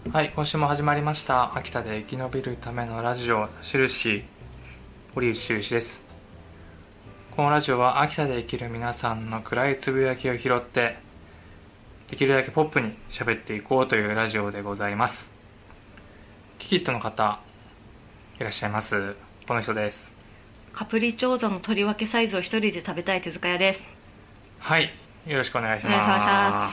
はい、今週も始まりました。秋田で生き延びるためのラジオ、印、堀内印です。このラジオは秋田で生きる皆さんの暗いつぶやきを拾って、できるだけポップに喋っていこうというラジオでございます。キキットの方、いらっしゃいます。この人です。 カプリチョーザの取り分けサイズを一人で食べたい手塚屋です。 はい、よろしくお願いします。 お願いします。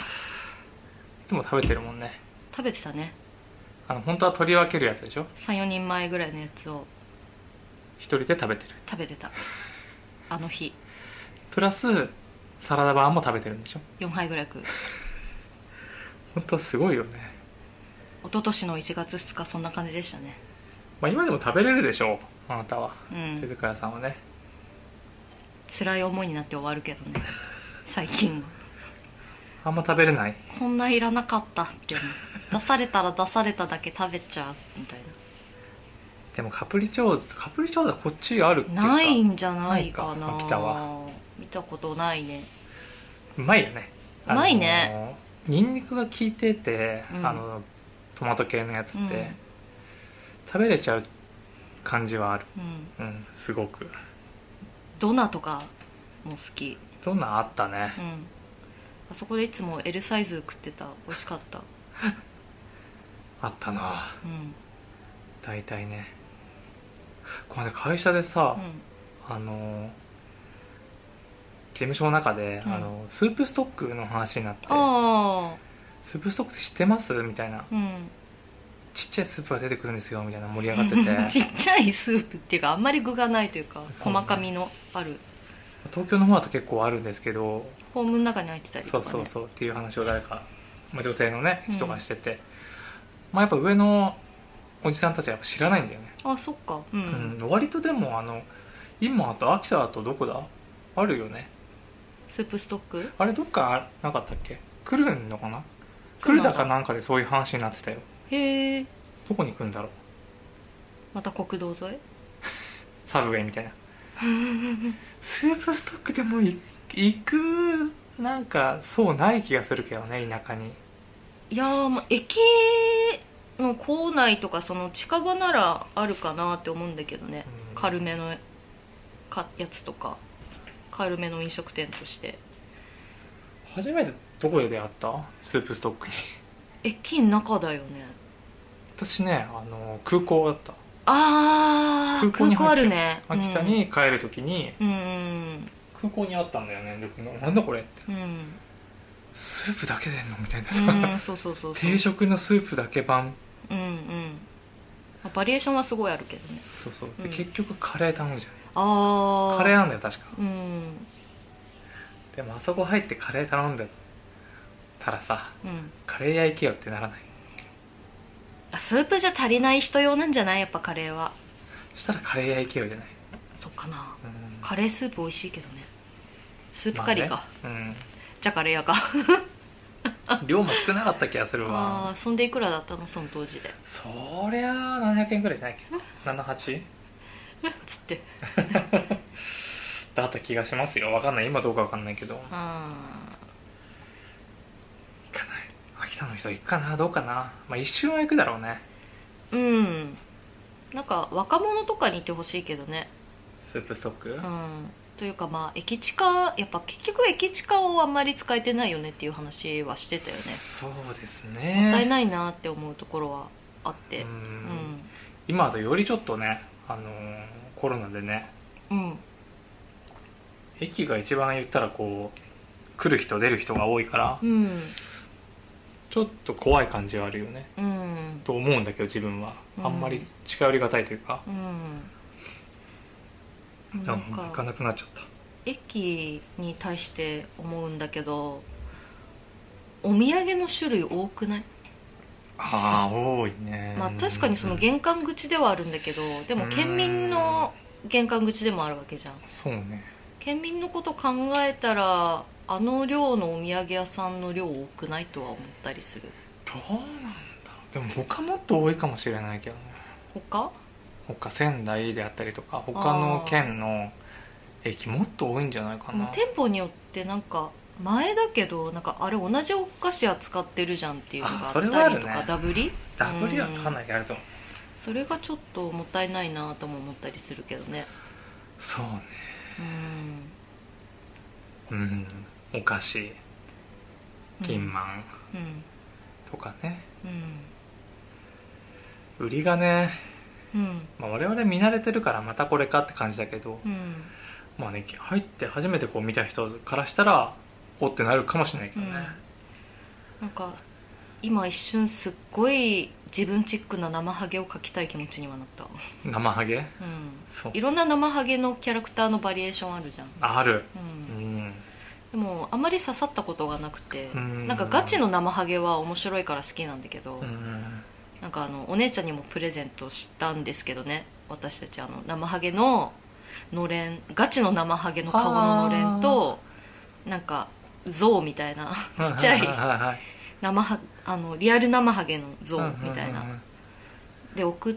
いつも食べてるもんね。 食べてたね。 本当は取り分けるやつでしょ。 3、4人前ぐらいのやつを一人で食べてる。 食べてたあの日プラスサラダバーも食べてるんでしょ。 4杯ぐらい食う。 本当はすごいよね。 一昨年の1月2日そんな感じでしたね。 今でも食べれるでしょう、あなたは。手うん、 塚屋さんはね。 辛い思いになって終わるけどね最近あんま食べれない。 こんないらなかったっていうの出されたら出されただけ食べちゃうみたいでもカプリチョーザこっちあるっていうかな。ないんじゃないかな。 ないか秋田は見たことないね。 うまいよね。 うまいね。 ニンニクが効いてて、 うんトマト系のやつって、 うん食べれちゃう感じはある。 うんすごく。 ドナとかも好き。 どんなんあったね。 あそこでいつも L サイズ食ってた。美味しかった。 あったな。 うん大体ね。この間会社でさ、 うん事務所の中で、 うんスープストックの話になって、 あスープストックって知ってますみたいな。 あうんちっちゃいスープが出てくるんですよみたいな盛り上がっててちっちゃいスープっていうかあんまり具がないというかそうね細かみのある東京の方だと結構あるんですけど、 ホームの中に入ってたりとかね。 そうっていう話を誰か、女性のねうん人がしてて、やっぱ上のおじさんたちはやっぱ知らないんだよね。 あそっか割とでも今あと秋田だとどこだあるよね。 スープストックあれどっかなかったっけ。来るのかな。来るそうなんだだかなんかでそういう話になってたよ。 へえ。 どこに来るんだろう。 また国道沿いサブウェイみたいなスープストックでも行くなんかそうない気がするけどね、田舎に。 いやー、駅の構内とかその近場ならあるかなって思うんだけどね。軽めのやつとか軽めの飲食店として。 初めてどこで出会ったスープストックに。 駅の中だよね。 私ね空港だった。 あー空港あるね。 秋田に帰るときに、 うん空港にあったんだよね。でなんだこれってうんスープだけでんのみたいなさ、 そう定食のスープだけ版。 バリエーションはすごいあるけどね。 そうで、結局カレー頼むじゃああん。カレーなんだよ確か。 うんでもあそこ入ってカレー頼んでたらさ、カレー屋行けよってならない。 スープじゃ足りない人用なんじゃない？やっぱカレーは。 そしたらカレー屋行けよじゃない。 そっかな、カレースープ美味しいけどね。スープカリーか、じゃあカレー屋か量も少なかった気がするわ。 そんでいくらだったのその当時で。 そりゃあ700円くらいじゃないっけ。78 つってだった気がしますよ。分かんない、今どうか分かんないけど。行かない。秋田の人行くかな、どうかな。一瞬は行くだろうね。 なんか若者とかにいてほしいけどね。 スープストック、 というか駅地下、やっぱ結局駅地下をあんまり使えてないよねっていう話はしてたよね。 そうですね。 もったいないなって思うところはあって。 今だとよりちょっとね、コロナでね、駅が一番言ったらこう来る人出る人が多いから、ちょっと怖い感じはあるよね、と思うんだけど自分は、あんまり近寄りがたいというか、なんか行かなくなっちゃった。 駅に対して思うんだけど、お土産の種類多くない？ 多いね。 確かにその玄関口ではあるんだけど、でも県民の玄関口でもあるわけじゃん。 そうね。 県民のこと考えたらあの量のお土産屋さんの量多くないとは思ったりする。 どうなんだ。でも他もっと多いかもしれないけどね。他仙台であったりとか他の県の駅もっと多いんじゃないかな。 店舗によってなんか前だけどなんかあれ同じお菓子扱ってるじゃんっていうのがあったりとか、 それはあるね。 ダブりはかなりあると思う、 それがちょっともったいないなとも思ったりするけどね。 そうね。お菓子、ピンマンとかね、売りがね、我々見慣れてるからまたこれかって感じだけど、まあね、入って初めてこう見た人からしたらおってなるかもしれないけどね、 なんか今一瞬すっごい自分チックな生ハゲを描きたい気持ちにはなった。 生ハゲ、そう、 いろんな生ハゲのキャラクターのバリエーションあるじゃん。 ある、でもあまり刺さったことがなくて、なんかガチの生ハゲは面白いから好きなんだけど、なんかお姉ちゃんにもプレゼントしたんですけどね、私たち生ハゲののれん、ガチの生ハゲの顔ののれんとなんか象みたいなちっちゃい生ハリアル生ハゲの象みたいなで送って、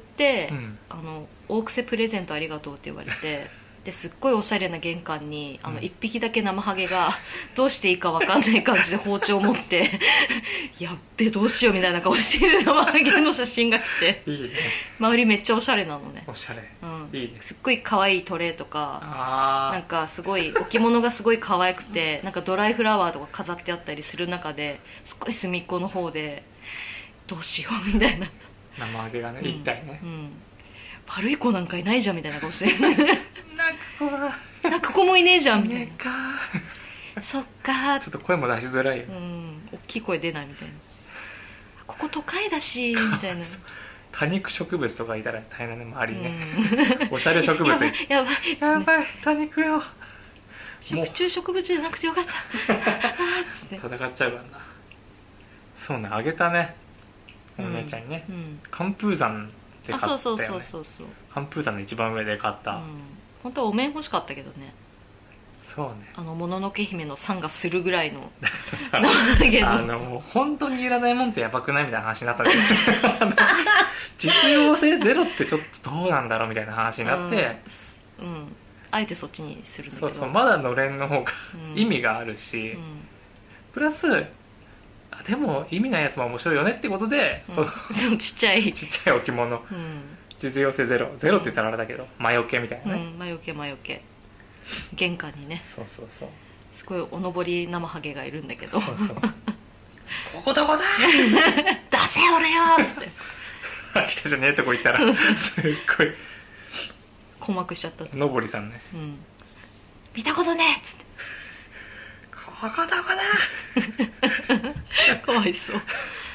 大癖プレゼントありがとうって言われてですっごいおしゃれな玄関に一匹だけ生ハゲがどうしていいか分かんない感じで包丁を持ってやっべどうしようみたいな顔してる生ハゲの写真が来ていいね、 周りめっちゃおしゃれなのね。 おしゃれ、いいね。 すっごい可愛いトレーとか、なんかすごい置物がすごい可愛くてなんかドライフラワーとか飾ってあったりする中ですっごい隅っこの方でどうしようみたいな、 生ハゲがね、一体ね、 悪い子なんかいないじゃんみたいな顔してる泣く子もいねえじゃんみたいな、 ねかそっかちょっと声も出しづらいよ、 大きい声出ないみたいな、ここ都会だしみたいな多肉植物とかいたら大変なね、周りにね、おしゃれ植物やばい多肉よ、 食虫植物じゃなくてよかった戦っちゃうからな。そうね、あげたね、お姉ちゃんにね、寒風山って買ったよね。そう寒風山の一番上で買った、 本当はお面欲しかったけどね。 そうね、 もののけ姫の参がするぐらいのもう本当にいらないもんってやばくないみたいな話になったんで実用性ゼロってちょっとどうなんだろうみたいな話になって、 あえてそっちにするんだけど、 まだのれんの方が意味があるし、プラスでも意味ないやつも面白いよねってことで、 ちっちゃい置物、実用性ゼロって言ったらあれだけど、魔除けみたいなね、 魔除け玄関にね、すごいおのぼり生ハゲがいるんだけど、ここどこだ出せ俺よっつって秋田じゃねえとこ行ったらすっごい困惑しちゃった。 のぼりさんね、 見たことねえっつってここどこだかわいそう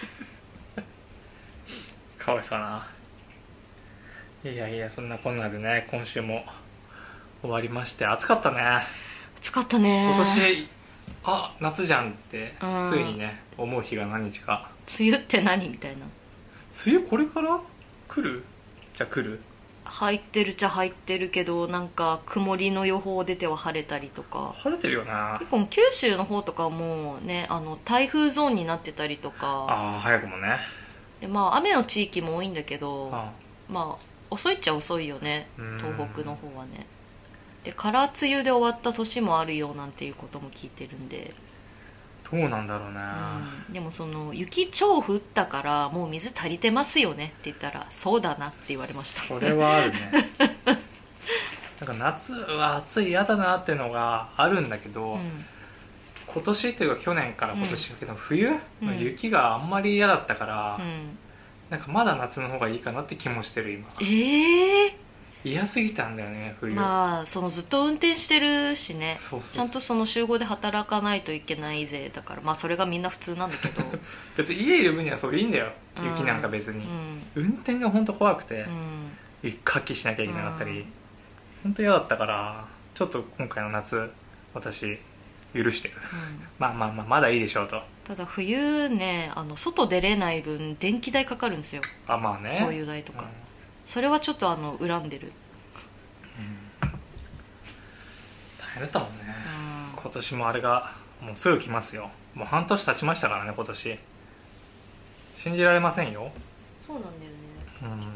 かわいそうな。いやそんなこんなでね、今週も終わりまして、暑かったね。 暑かったね。 今年夏じゃんってついにね思う日が何日か。 梅雨って何みたいな。 梅雨これから来るじゃ来る、 入ってるっちゃ入ってるけど、なんか曇りの予報出ては晴れたりとか。 晴れてるよな。 結構九州の方とかもね、台風ゾーンになってたりとか。 早くもね。 で雨の地域も多いんだけど、遅いっちゃ遅いよね、東北の方はね。で空梅雨で終わった年もあるよなんていうことも聞いてるんで、 どうなんだろうね、 でも雪超降ったからもう水足りてますよねって言ったら、そうだなって言われました。 それはあるねなんか夏は暑い嫌だなっていうのがあるんだけど、今年というか去年から今年だけど、冬の雪があんまり嫌だったから、なんかまだ夏の方がいいかなって気もしてる今。嫌すぎたんだよね冬。 ずっと運転してるしね、ちゃんと週5で働かないといけないぜだから、それがみんな普通なんだけど別に家いる分にはそれいいんだよ、雪なんか別に、運転が本当怖くて、雪かきしなきゃいけなかったり、本当嫌だったから、ちょっと今回の夏私許してる、まだいいでしょうと。 ただ冬ね、外出れない分電気代かかるんですよ。灯油代とか、それはちょっと恨んでる、 大変だったもんね、今年もあれがもうすぐ来ますよ。もう半年経ちましたからね今年。信じられませんよ。 そうなんだよね、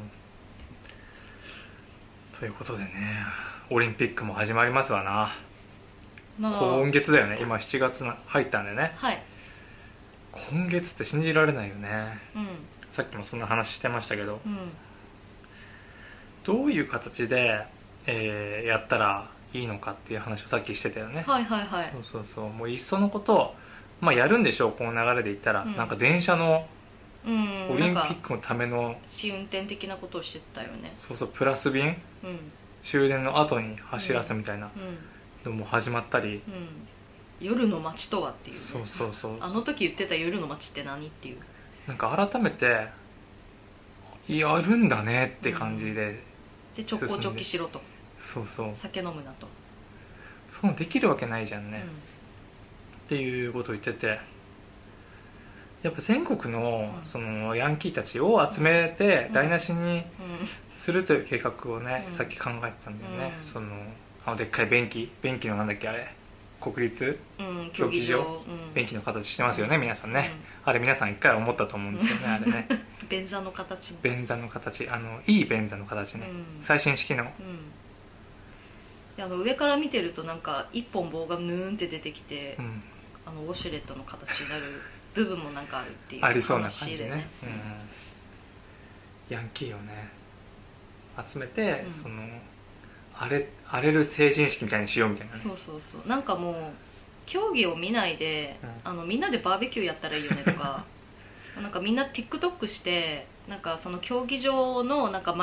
ということでね、オリンピックも始まりますわな。 まあ今月だよね。今7月入ったんでね。 はい。 今月って信じられないよね。 うんさっきもそんな話してましたけど、 うんどういう形で、やったらいいのかっていう話をさっきしてたよね。 はいはいはい。 そうそうそう。もういっそのことを、まあ、やるんでしょう、この流れで言ったら、 うんなんか電車のうんオリンピなんかックのための、 試運転的なことをしてたよね。 そうそう、プラス便うん終電の後に走らすみたいなうんのも始まったり、 うん夜の街とはっていうね。 そうそうそう、 あの時言ってた夜の街って何っていう。 なんか改めてやるんだねって感じで、 で直行直帰しろと、 そうそう、 酒飲むなと。 そうできるわけないじゃんね、 うんっていうことを言ってて、やっぱ全国のうんそのヤンキーたちを集めて台無しにうするという計画をね、 うんさっき考えてたんだよね、 うんそのでっかい便器のなんだっけあれ、国立んうん競技場、うん、 便器の形してますよね、皆さんね、 うあれ皆さん一回は思ったと思うんですよね、あれねん便座の形。 便座の形、いい便座の形ね、 うん最新式の、 うんで上から見てるとなんか一本棒がヌーンって出てきて、 うん、 ウォシュレットの形になる部分もなんかあるっていうありそうな感じね話だよね。 ヤンキーをね集めて、 うんその荒れる成人式みたいにしようみたいなね、 そうそうそう、なんかもう競技を見ないで、みんなでバーベキューやったらいいよねとかなんかみんな TikTok してなんかその競技場のなんか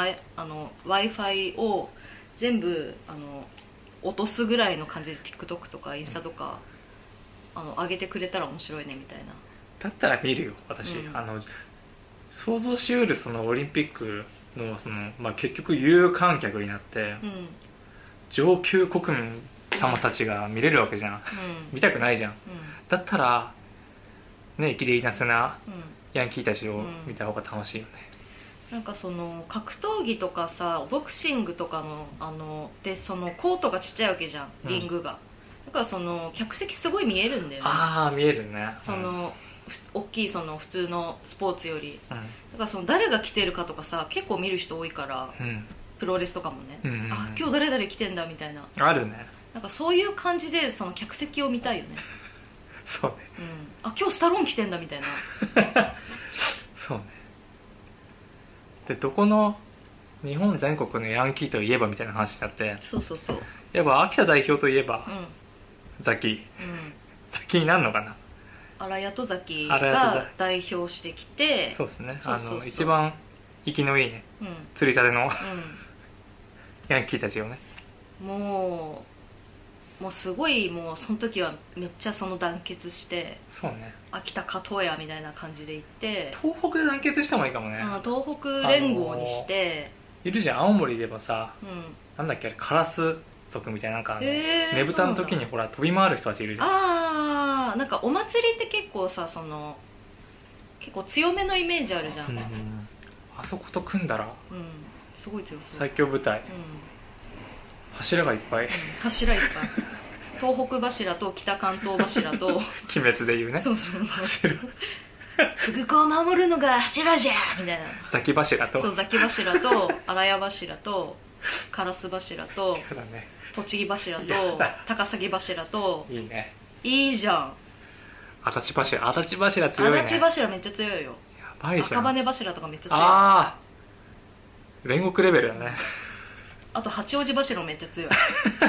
Wi-Fi を全部落とすぐらいの感じで TikTok とかインスタとか、上げてくれたら面白いねみたいな。 だったら見るよ私、 うん想像しうるそのオリンピックのその、まあ、結局有観客になって、 うん上級国民様たちが見れるわけじゃん見たくないじゃん。だったらね、駅でいなせなうんうんヤンキーたちを見た方が楽しいよね、 なんかその格闘技とかさボクシングとかのでそのコートがちっちゃいわけじゃんリングが、だからその客席すごい見えるんだよね。 ああ見えるね、 その、大きいその普通のスポーツよりうんだからその誰が来てるかとかさ結構見る人多いからうんプロレスとかもね、 うんうんうん、 あ今日誰々来てんだみたいな、 あるね、 なんかそういう感じでその客席を見たいよね、 そうね、 うん、あ今日スタローン来てんだみたいなそうね。でどこの日本全国のヤンキーといえばみたいな話になって、 そうそうそう、 やっぱ秋田代表といえばうんうん、 ザキになるのかな。 荒谷とザキ荒谷とザが代表してきて、 そうですね、 そうそうそう一番息のいいねうん釣りたてのうヤンキーたちをね、 ん、もうすごいもうその時はめっちゃその団結してそうね、 秋田加藤屋みたいな感じで行って、 東北で団結してもいいかもね、 東北連合にして、 いるじゃん青森で言えばさ、 うん、 なんだっけあれカラス族みたいな、なんかへーねぶたの時にほら飛び回る人たちいるじゃん。 ああなんかお祭りって結構さ結構強めのイメージあるじゃん、うんうん、あそこと組んだらすごい強そう、 最強部隊、 うん、 柱がいっぱい柱いっぱい東北柱と北関東柱と鬼滅でいうね、 そうそうそう柱継子を守るのが柱じゃみたいな、 ザキ柱と、 そうザキ柱と荒谷柱と烏柱とそうだね、 栃木柱とやだ高崎柱といいね、 いいじゃん、 足立柱強いね、 足立柱めっちゃ強いよ、 やばいじゃん。 赤羽柱とかめっちゃ強い、 ああ煉獄レベルだねあと八王子柱もめっちゃ強い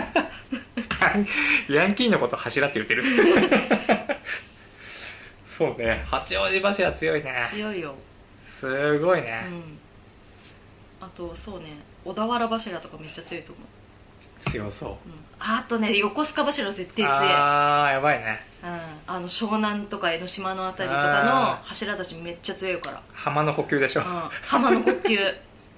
ヤンキーのこと柱って言ってるそうね、八王子柱強いね、 強いよ、 すごいうね、 ん、あとそうね小田原柱とかめっちゃ強いと思う、 強そう。 あとね横須賀柱絶対強い、 ああやばいね、 湘南とか江ノ島のあたりとかの柱たちめっちゃ強いから、 浜の呼吸でしょ、 浜の呼吸、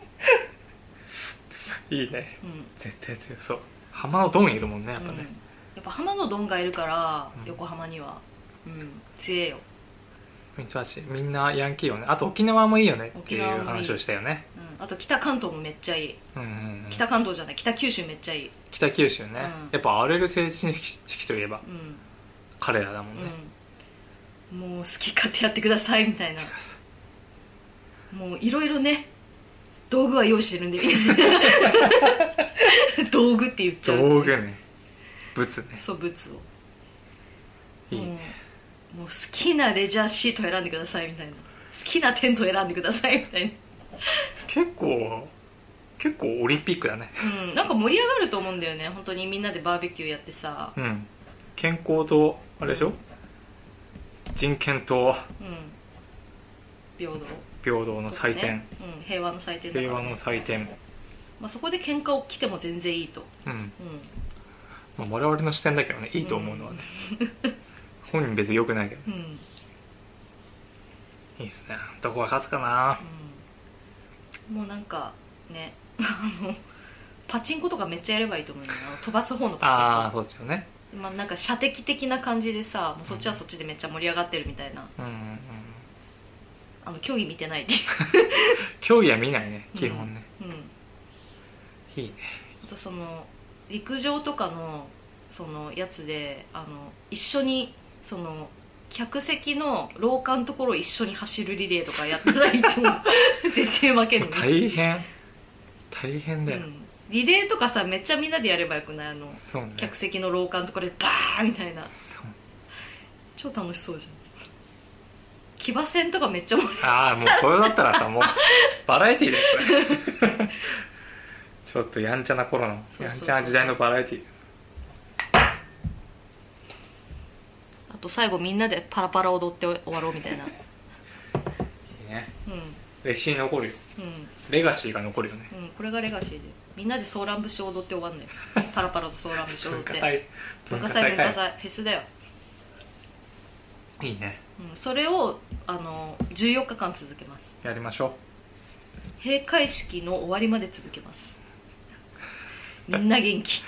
いいね、 うん絶対強そう。浜のドンいるもんねやっぱね、 やっぱ浜のドンがいるから、 うん横浜には、強えよ、 みんなヤンキーよね。あと沖縄もいいよねっていう沖縄もいい話をしたよね、 あと北関東もめっちゃいい、 うんうんうん、 北関東じゃない北九州めっちゃいい、 北九州ね、やっぱ荒れる成人式といえばうん彼らだもんね、 もう好き勝手やってくださいみたいな、もういろいろね道具は用意してるんで道具って言っちゃう、 道具ね、 ブツね。 そうブツをいいね。 もう好きなレジャーシート選んでくださいみたいな、好きなテント選んでくださいみたいな。 結構オリンピックだね。 なんか盛り上がると思うんだよね、本当にみんなでバーベキューやってさ。 健康とあれでしょ、人権と平等の祭典、 ね、平和の祭典だから、ね、 平和の祭典、 そこで喧嘩起きても全然いいと。 我々の視点だけどね、いいと思うのはね、本人別に良くないけど、いいですね。どこが勝つかな。 もうなんかねパチンコとかめっちゃやればいいと思うんだよな、飛ばす方のパチンコ。 そうですよね。 なんか射的的な感じでさ、もうそっちはそっちでめっちゃ盛り上がってるみたいな、競技見てないっていう競技は見ないね、基本ね。いいね。 あとその陸上とかのそのやつで一緒にその客席の廊下のところを一緒に走るリレーとかやったらいいと思う絶対負けんのに。大変だよ、リレーとかさ、めっちゃみんなでやればよくない？そうね、客席の廊下のところでバーみたいな。超楽しそうじゃん。騎馬戦とかめっちゃ盛り上がる。 もうそれだったらさ、もうバラエティーですねちょっとやんちゃな頃のやんちゃな時代のバラエティーです。 あと最後みんなでパラパラ踊って終わろうみたいな。いいね。歴史に残るよ。レガシーが残るよね。 これがレガシーで、みんなでソーラン節踊って終わんのよパラパラとソーラン節踊って文化祭フェスだよ。 いいね。 それを14日間続けます。 やりましょう。 閉会式の終わりまで続けますみんな元気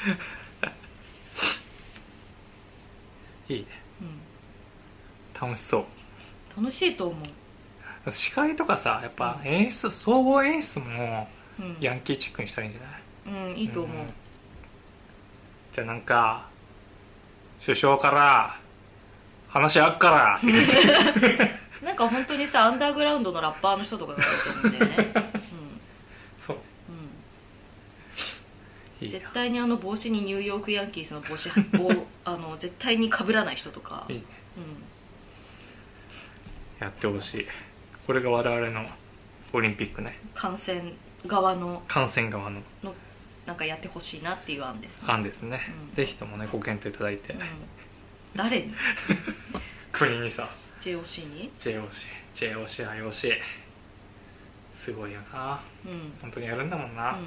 いいね、楽しそう。 楽しいと思う。 司会とかさ、やっぱ演出、総合演出もヤンキーチックにしたらいいんじゃない？ いいと思う。 じゃあなんか首相から話あっからって言ってなんか本当にさ、アンダーグラウンドのラッパーの人とかがいると思うんだよねそう、 絶対に帽子にニューヨークヤンキースの帽子絶対に被らない人とかいいね、 やってほしい。これが我々のオリンピックね。 観戦側のなんかやってほしいなっていう案ですね。ぜひともね、ご検討いただいて、 誰に国にさ、 JOC に JOC、IOC すごいよな、本当にやるんだもんな、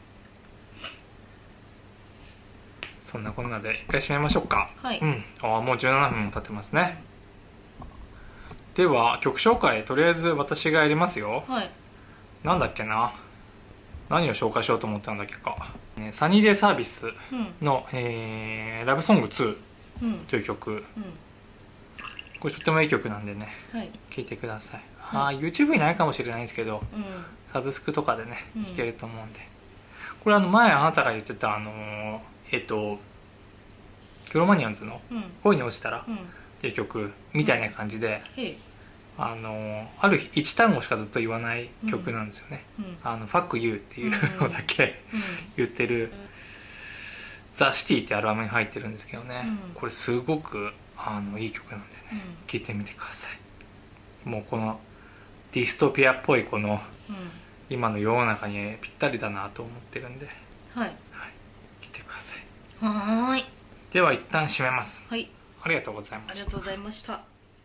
そんなこんなで一回締めましょうか。もう17分も経ってますね。では曲紹介、とりあえず私がやりますよ。なんだっけな、何を紹介しようと思ったんだっけか、サニーデイサービスの、ラブソング2という曲、これとてもいい曲なんでね、聴いてください。YouTube にないかもしれないんですけど、サブスクとかでね聴けると思うんで、これ前あなたが言ってたクロマニアンズの「恋に落ちたら」っていう曲みたいな感じで、ある日1単語しかずっと言わない曲なんですよね。Fuck you っていうのだけ言ってるザ・シティってアルバムに入ってるんですけどね、これすごくいい曲なんでね、聴いてみてください。もうこのディストピアっぽいこの今の世の中にぴったりだなと思ってるんで、聴いてください。では一旦締めます。ありがとうございました。 ありがとうございました。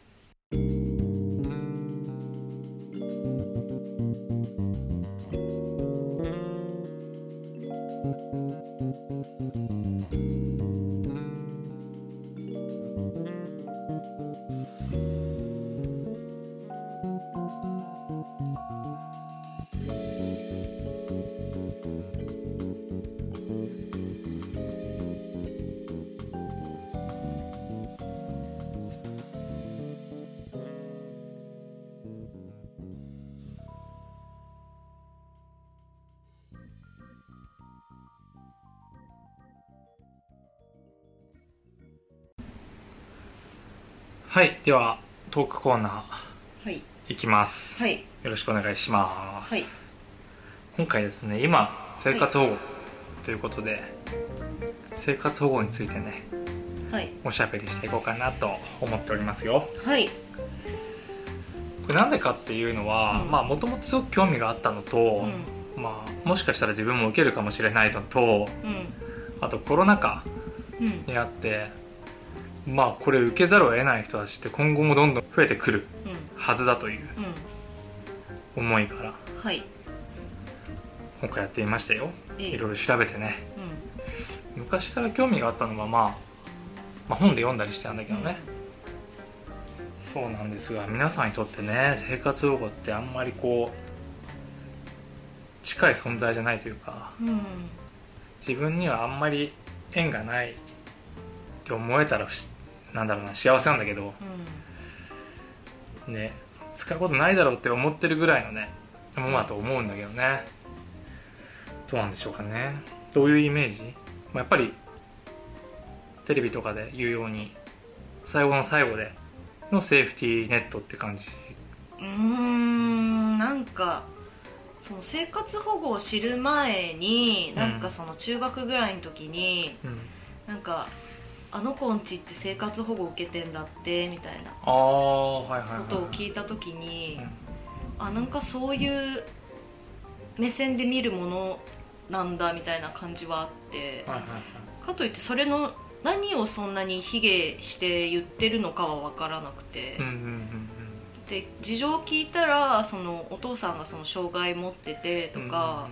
はい、ではトークコーナーいきます。よろしくお願いします。今回ですね、今生活保護ということで、 生活保護についてね、 はいおしゃべりしていこうかなと思っておりますよ。 はい。 これなんでかっていうのは、まあもともとすごく興味があったのと、まあもしかしたら自分も受けるかもしれないのと、あとコロナ禍にあって、まあこれ受けざるを得ない人たちって今後もどんどん増えてくるはずだという思いから、 はい。 今回やってみましたよ。いろいろ調べてね。 う昔から興味があったのは、まあ本で読んだりしてたんだけどね、そうなんですが、皆さんにとってね、生活保護ってあんまりこう近い存在じゃないというか、自分にはあんまり縁がないって思えたらなんだろうな、幸せなんだけど、ね、使うことないだろうって思ってるぐらいのねものだと思うんだけどね。どうなんでしょうかね。どういうイメージ？やっぱりテレビとかで言うように最後の最後でのセーフティーネットって感じ。 なんかその生活保護を知る前に、なんかその中学ぐらいの時に、なんかあの子んちって生活保護受けてんだってみたいなことを聞いた時に、なんかそういう目線で見るものなんだみたいな感じはあって、かといってそれの何をそんなに卑下して言ってるのかは分からなくて、で事情を聞いたら、そのお父さんがその障害持っててとか、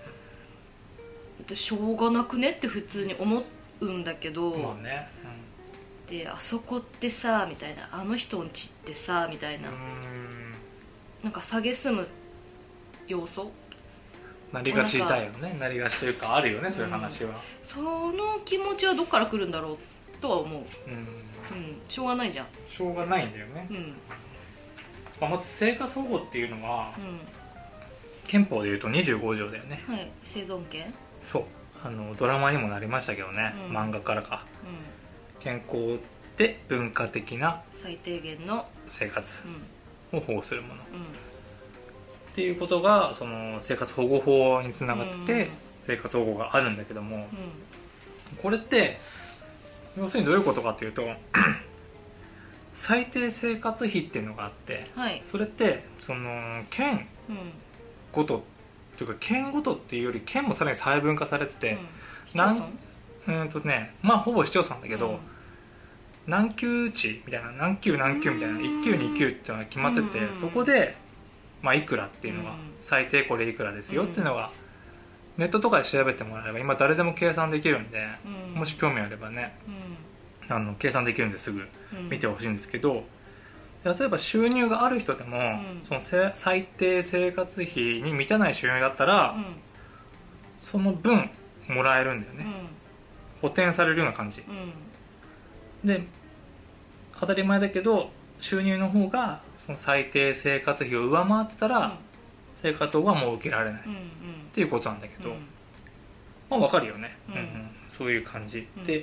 しょうがなくねって普通に思うんだけど、であそこってさみたいな、あの人んちってさみたいな、なんか蔑む要素なりがちだよね。なりがちというかあるよね、そういう話は。 その気持ちはどっから来るんだろうとは思う。しょうがないじゃん。 しょうがないんだよね。まず生活保護っていうのは、憲法でいうと25条だよね。 はい、生存権。 そう、ドラマにもなりましたけどね、漫画からか、健康で文化的な最低限の生活を保護するもの、っていうことがその生活保護法につながってて、生活保護があるんだけども、これって要するにどういうことかというと最低生活費っていうのがあって、それってその県ごとというか、県ごとっていうより県もさらに細分化されてて、まあほぼ市町村だけど、何級地みたいな、何級何級みたいな、1級2級っていうのが決まってて、そこでまあいくらっていうのが、最低これいくらですよっていうのがネットとかで調べてもらえれば今誰でも計算できるんで、もし興味あればね、計算できるんですぐ見てほしいんですけど、例えば収入がある人でも、その最低生活費に満たない収入だったら、その分もらえるんだよね、補填されるような感じ、で当たり前だけど収入の方がその最低生活費を上回ってたら、生活保護はもう受けられないっていうことなんだけど、まあ分かるよね、そういう感じで、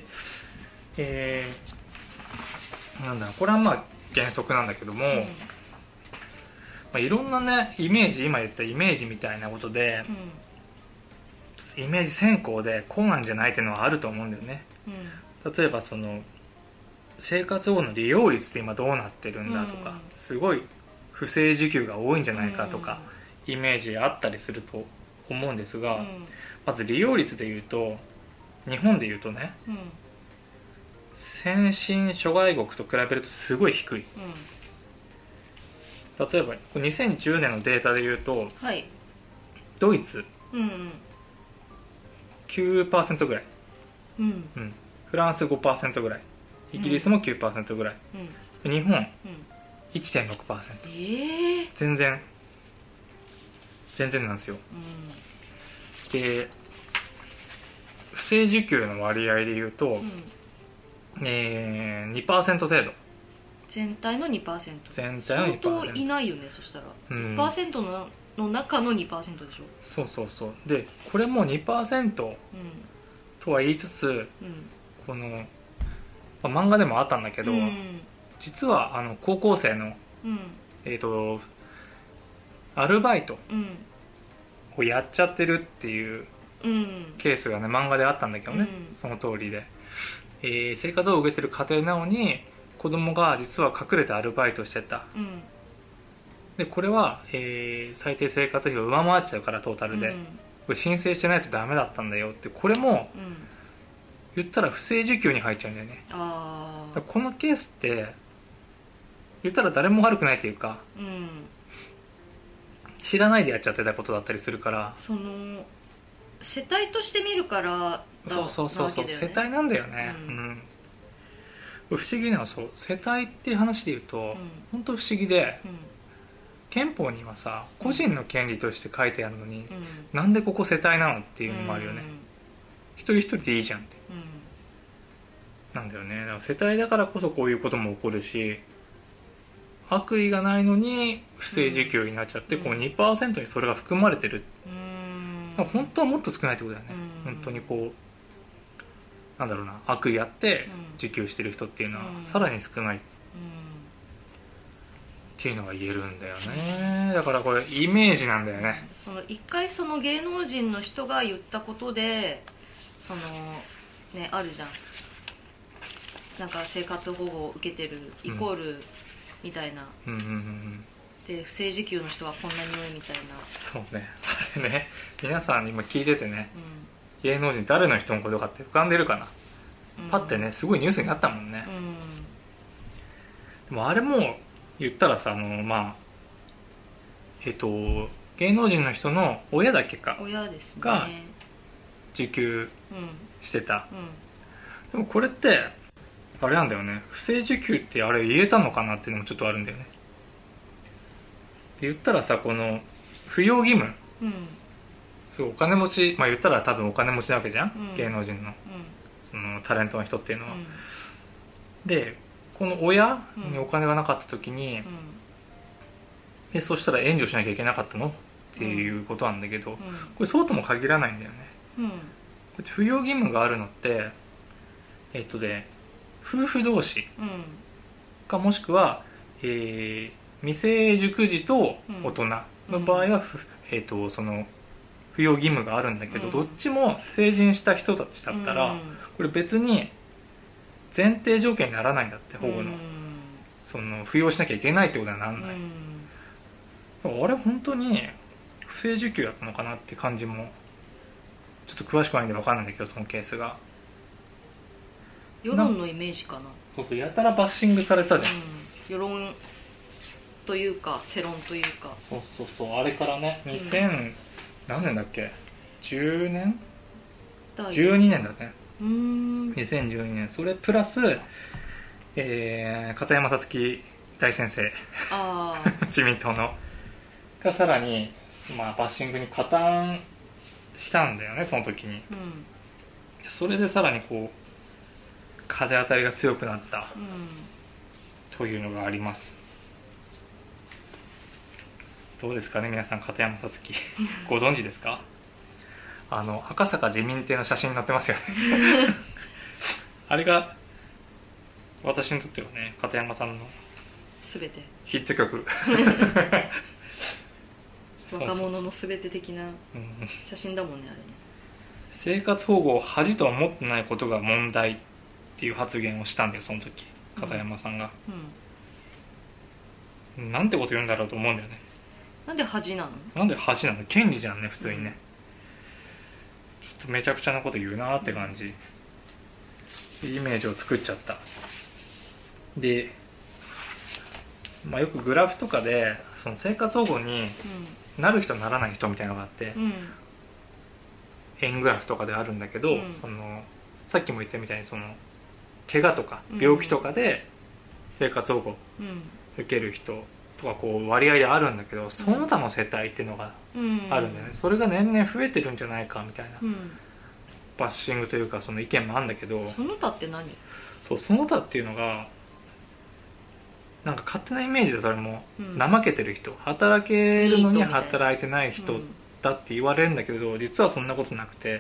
なんだろう、これはまあ原則なんだけども、いろんなねイメージ、今言ったイメージみたいなことで、イメージ先行でこうなんじゃないっていうのはあると思うんだよね、例えばその生活保護の利用率って今どうなってるんだとか、すごい不正受給が多いんじゃないかとか、イメージあったりすると思うんですが、まず利用率でいうと日本でいうとね、先進諸外国と比べるとすごい低い、例えば2010年のデータでいうと、ドイツ、9% ぐらい、フランス 5% ぐらい、イギリスも 9% ぐらい、日本 1.6%、全然なんですよ、で不正受給の割合でいうと、2% 程度、 全体の 2%、 全体の 2%、 相当いないよね。そしたら 2% の中の 2% でしょ。 そうで、これも 2% とは言いつつ、この、漫画でもあったんだけど、実は高校生の、アルバイトをやっちゃってるっていうケースがね漫画であったんだけどね、その通りで、生活を受けてる家庭なのに子供が実は隠れてアルバイトしてた、でこれは、最低生活費を上回っちゃうからトータルで、これ申請してないとダメだったんだよって、これも言ったら不正受給に入っちゃうんだよね。だからこのケースって言ったら誰も悪くないというか、知らないでやっちゃってたことだったりするから、 その世帯として見るからそう、世帯なんだよね。不思議なの。そう世帯っていう話で言うと、本当不思議で、憲法にはさ個人の権利として書いてあるのに、なんでここ世帯なのっていうのもあるよね。一人一人でいいじゃんって、なんだよね。だから世帯だからこそこういうことも起こるし、悪意がないのに不正受給になっちゃって、こう 2% にそれが含まれてる。本当はもっと少ないってことだよね。本当にこうなんだろうな、悪意あって受給してる人っていうのはさらに少ないっていうのが言えるんだよね。だからこれイメージなんだよね。 その一回その芸能人の人が言ったことでそのねあるじゃん、なんか生活保護を受けてるイコールみたいな、で不正受給の人はこんなに多いみたいな。 そうね、あれね、皆さん今聞いててね、芸能人誰の人のことかって浮かんでるかな、パッてねすごいニュースになったもんね、でもあれも言ったらさ、芸能人の人の親だけか親ですねが受給してた、でもこれってあれなんだよね、不正受給ってあれ言えたのかなっていうのもちょっとあるんだよね。言ったらさ、この扶養義務、そうお金持ち、言ったら多分お金持ちなわけじゃん、芸能人の、そのタレントの人っていうのは、でこの親にお金がなかった時に、そうしたら援助しなきゃいけなかったのっていうことなんだけど、これそうとも限らないんだよね。扶養義務があるのって夫婦同士か、もしくは、未成熟児と大人の場合は、その扶養義務があるんだけど、どっちも成人した人たちだったら、これ別に前提条件にならないんだって、保護の、その扶養しなきゃいけないってことにはなんない、あれ本当に不正受給だったのかなって感じもちょっと詳しくないんで分かんないんだけど、そのケースが世論のイメージかな。 そうやたらバッシングされたじゃん、 世論というか世論というか、 そうあれからね、何年だっけ、10年12年だね、2012年、それプラス、片山さつき大先生自民党のがさらに、バッシングに加担したんだよね、その時に、それでさらにこう風当たりが強くなった、というのがあります。どうですかね皆さん、片山さつきご存知ですか？赤坂自民邸の写真に載ってますよねあれが私にとってはね、片山さんの全てヒット曲若者の全て的な写真だもんね、あれね。 生活保護を恥とは思ってないことが問題っていう発言をしたんだよ、その時片山さんが、なんてこと言うんだろうと思うんだよね。 なんで恥なの？ なんで恥なの？権利じゃんね、普通にね、ちょっとめちゃくちゃなこと言うなって感じ、イメージを作っちゃった。で、よくグラフとかでその生活保護になる人ならない人みたいなのがあって、円グラフとかであるんだけど、そのさっきも言ったみたいにその怪我とか病気とかで生活保護受ける人とかこう割合であるんだけど、その他の世帯っていうのがあるんだよね。それが年々増えてるんじゃないかみたいな、バッシングというかその意見もあるんだけど、 その他って何？ そう、その他っていうのがなんか勝手なイメージで、それも怠けてる人、働けるのに働いてない人だって言われるんだけど、実はそんなことなくて、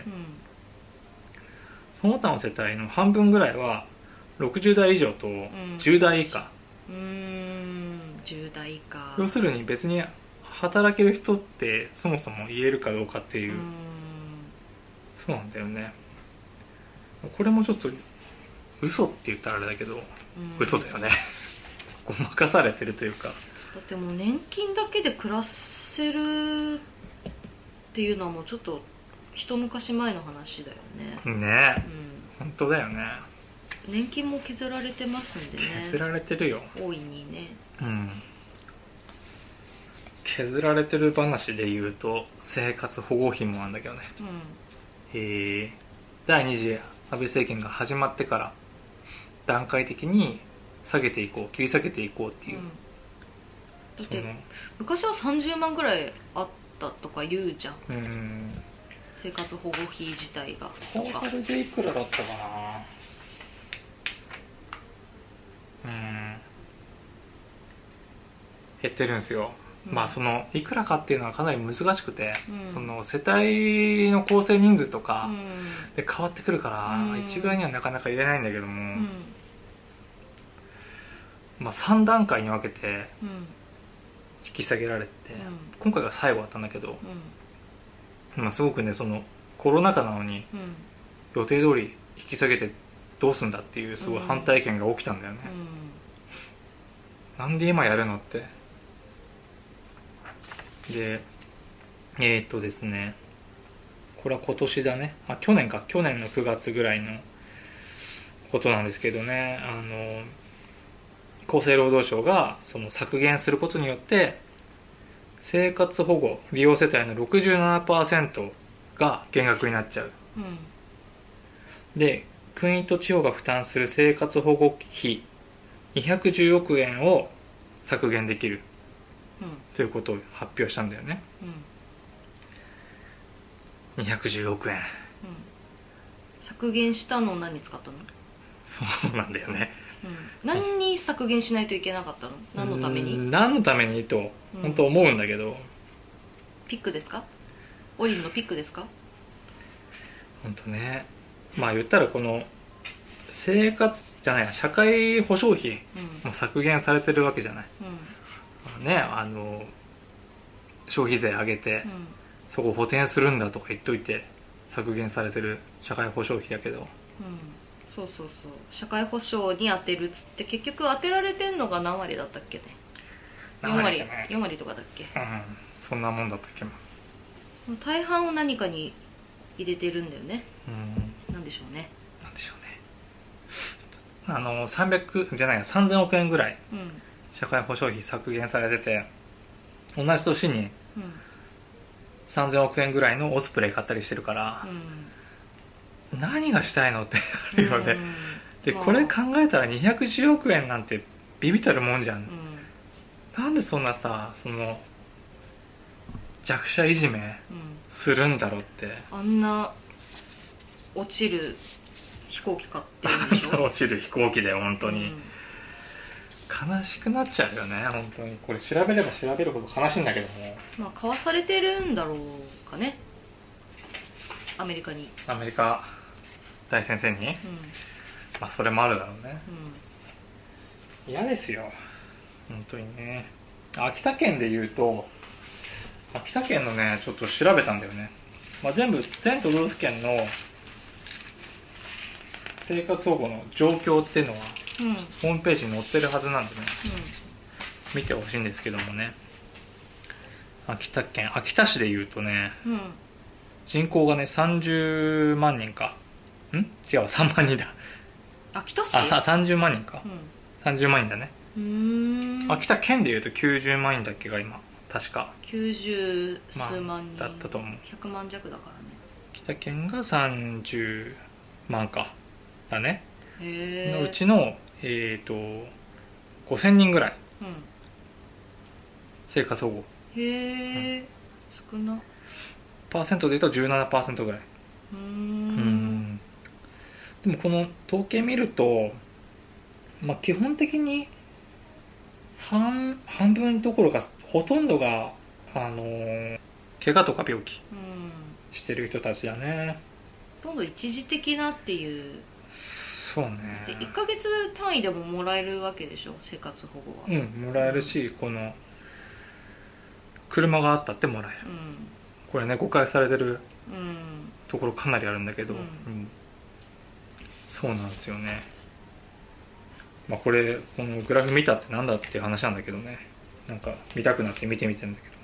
その他の世帯の半分ぐらいは60代以上と10代以下、 10代以下、 要するに別に働ける人ってそもそも言えるかどうかっていうそうなんだよね。これもちょっと嘘って言ったらあれだけど、嘘だよねごまかされてるというか。 だってもう年金だけで暮らせるっていうのはもうちょっと一昔前の話だよね。 ねえ、本当だよね。 年金も削られてますんでね。 削られてるよ、 大いにね。 削られてる話で言うと生活保護費もなんだけどね、第2次安倍政権が始まってから段階的に下げていこう、切り下げていこうっていう、 だって昔は30万ぐらいあったとか言うじゃん、生活保護費自体が。 トータルでいくらだったかな。減ってるんですよ。まあそのいくらかっていうのはかなり難しくて、その世帯の構成人数とかで変わってくるから、一概にはなかなか言えないんだけども、まあ3段階に分けて引き下げられて、今回が最後だったんだけど、まあすごくね、そのコロナ禍なのに予定通り引き下げてどうすんだっていうすごい反対意見が起きたんだよね。なんで今やるのって。でですね、これは今年だね、去年の9月ぐらいのことなんですけどね、厚生労働省がその削減することによって生活保護利用世帯の 67% が減額になっちゃう、で国と地方が負担する生活保護費210億円を削減できるということを発表したんだよね、210億円、 削減したのを何に使ったの？ そうなんだよね、 何に削減しないといけなかったの？何のために？ 何のためにと本当思うんだけど、 ピックですか？オリンのピックですか？ 本当ね、まあ言ったらこの生活じゃない社会保障費も削減されてるわけじゃない、ね、消費税上げて、そこを補填するんだとか言っといて削減されてる社会保障費やけど、 そう社会保障に当てるっつって結局当てられてんのが何割だったっけね。4割とかだっけ、 そんなもんだったっけ。 大半を何かに入れてるんだよね、なんでしょうね3000 億円ぐらい社会保障費削減されてて、同じ年に3000億円ぐらいのオスプレイ買ったりしてるから、何がしたいのってあるよね、でこれ考えたら210億円なんてビビたるもんじゃん、なんでそんなさ、その弱者いじめするんだろうって、 あんな落ちる飛行機買ってるんでしょ落ちる飛行機で本当に、悲しくなっちゃうよね本当に。これ調べれば調べるほど悲しいんだけども、 まあ買わされてるんだろうかね、アメリカ大先生に、まあそれもあるだろうね、嫌ですよ本当にね。秋田県でいうと、秋田県のねちょっと調べたんだよね、全都道府県の生活保護の状況っていうのは、ホームページに載ってるはずなんでね、見てほしいんですけどもね。秋田県秋田市でいうとね、人口がね30万人か、違う3万人だ。 秋田市 30万人か、30万人だね。秋田県でいうと90万人だっけが今確か 90数万人、 だったと思う。 100万弱だからね。 秋田県が30万かだね。 のうちの5000人ぐらい、生活保護、 少なパーセントでいうと 17% ぐらい。でもこの統計見ると、基本的に半分どころかほとんどが怪我とか病気してる人たちだね。 ほとんど一時的なっていう。 そうね。 1ヶ月単位でももらえるわけでしょ、生活保護は。 もらえるし、この車があったってもらえる、これね誤解されてるとところかなりあるんだけど、 うんそうなんですよね。まあこのグラフ見たってなんだっていう話なんだけどね、なんか見たくなって見てみてんだけど、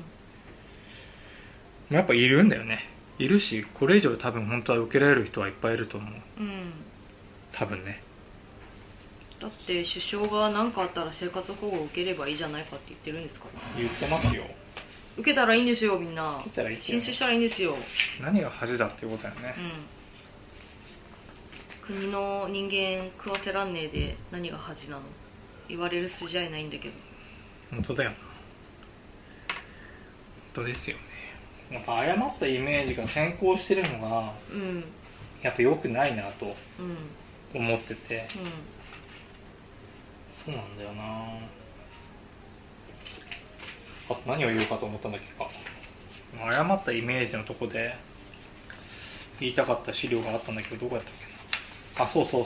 やっぱいるんだよね。いるし、これ以上多分本当は受けられる人はいっぱいいると思う、多分ね。 だって首相が何かあったら生活保護を受ければいいじゃないかって言ってるんですから、 言ってますよ。 受けたらいいんですよ、みんな受けたらいいって申請したらいいんですよ。 何が恥だっていうことだよね。 国の人間食わせらんねえで何が恥なの、言われる筋合いないんだけど。 本当だよな。本当ですよね。なんか誤ったイメージが先行してるのがやっぱ良くないなと思ってて、そうなんだよな。あと何を言おうかと思ったんだっけか。誤ったイメージのとこで言いたかった資料があったんだけど、どこやったっけな。あ、そうそ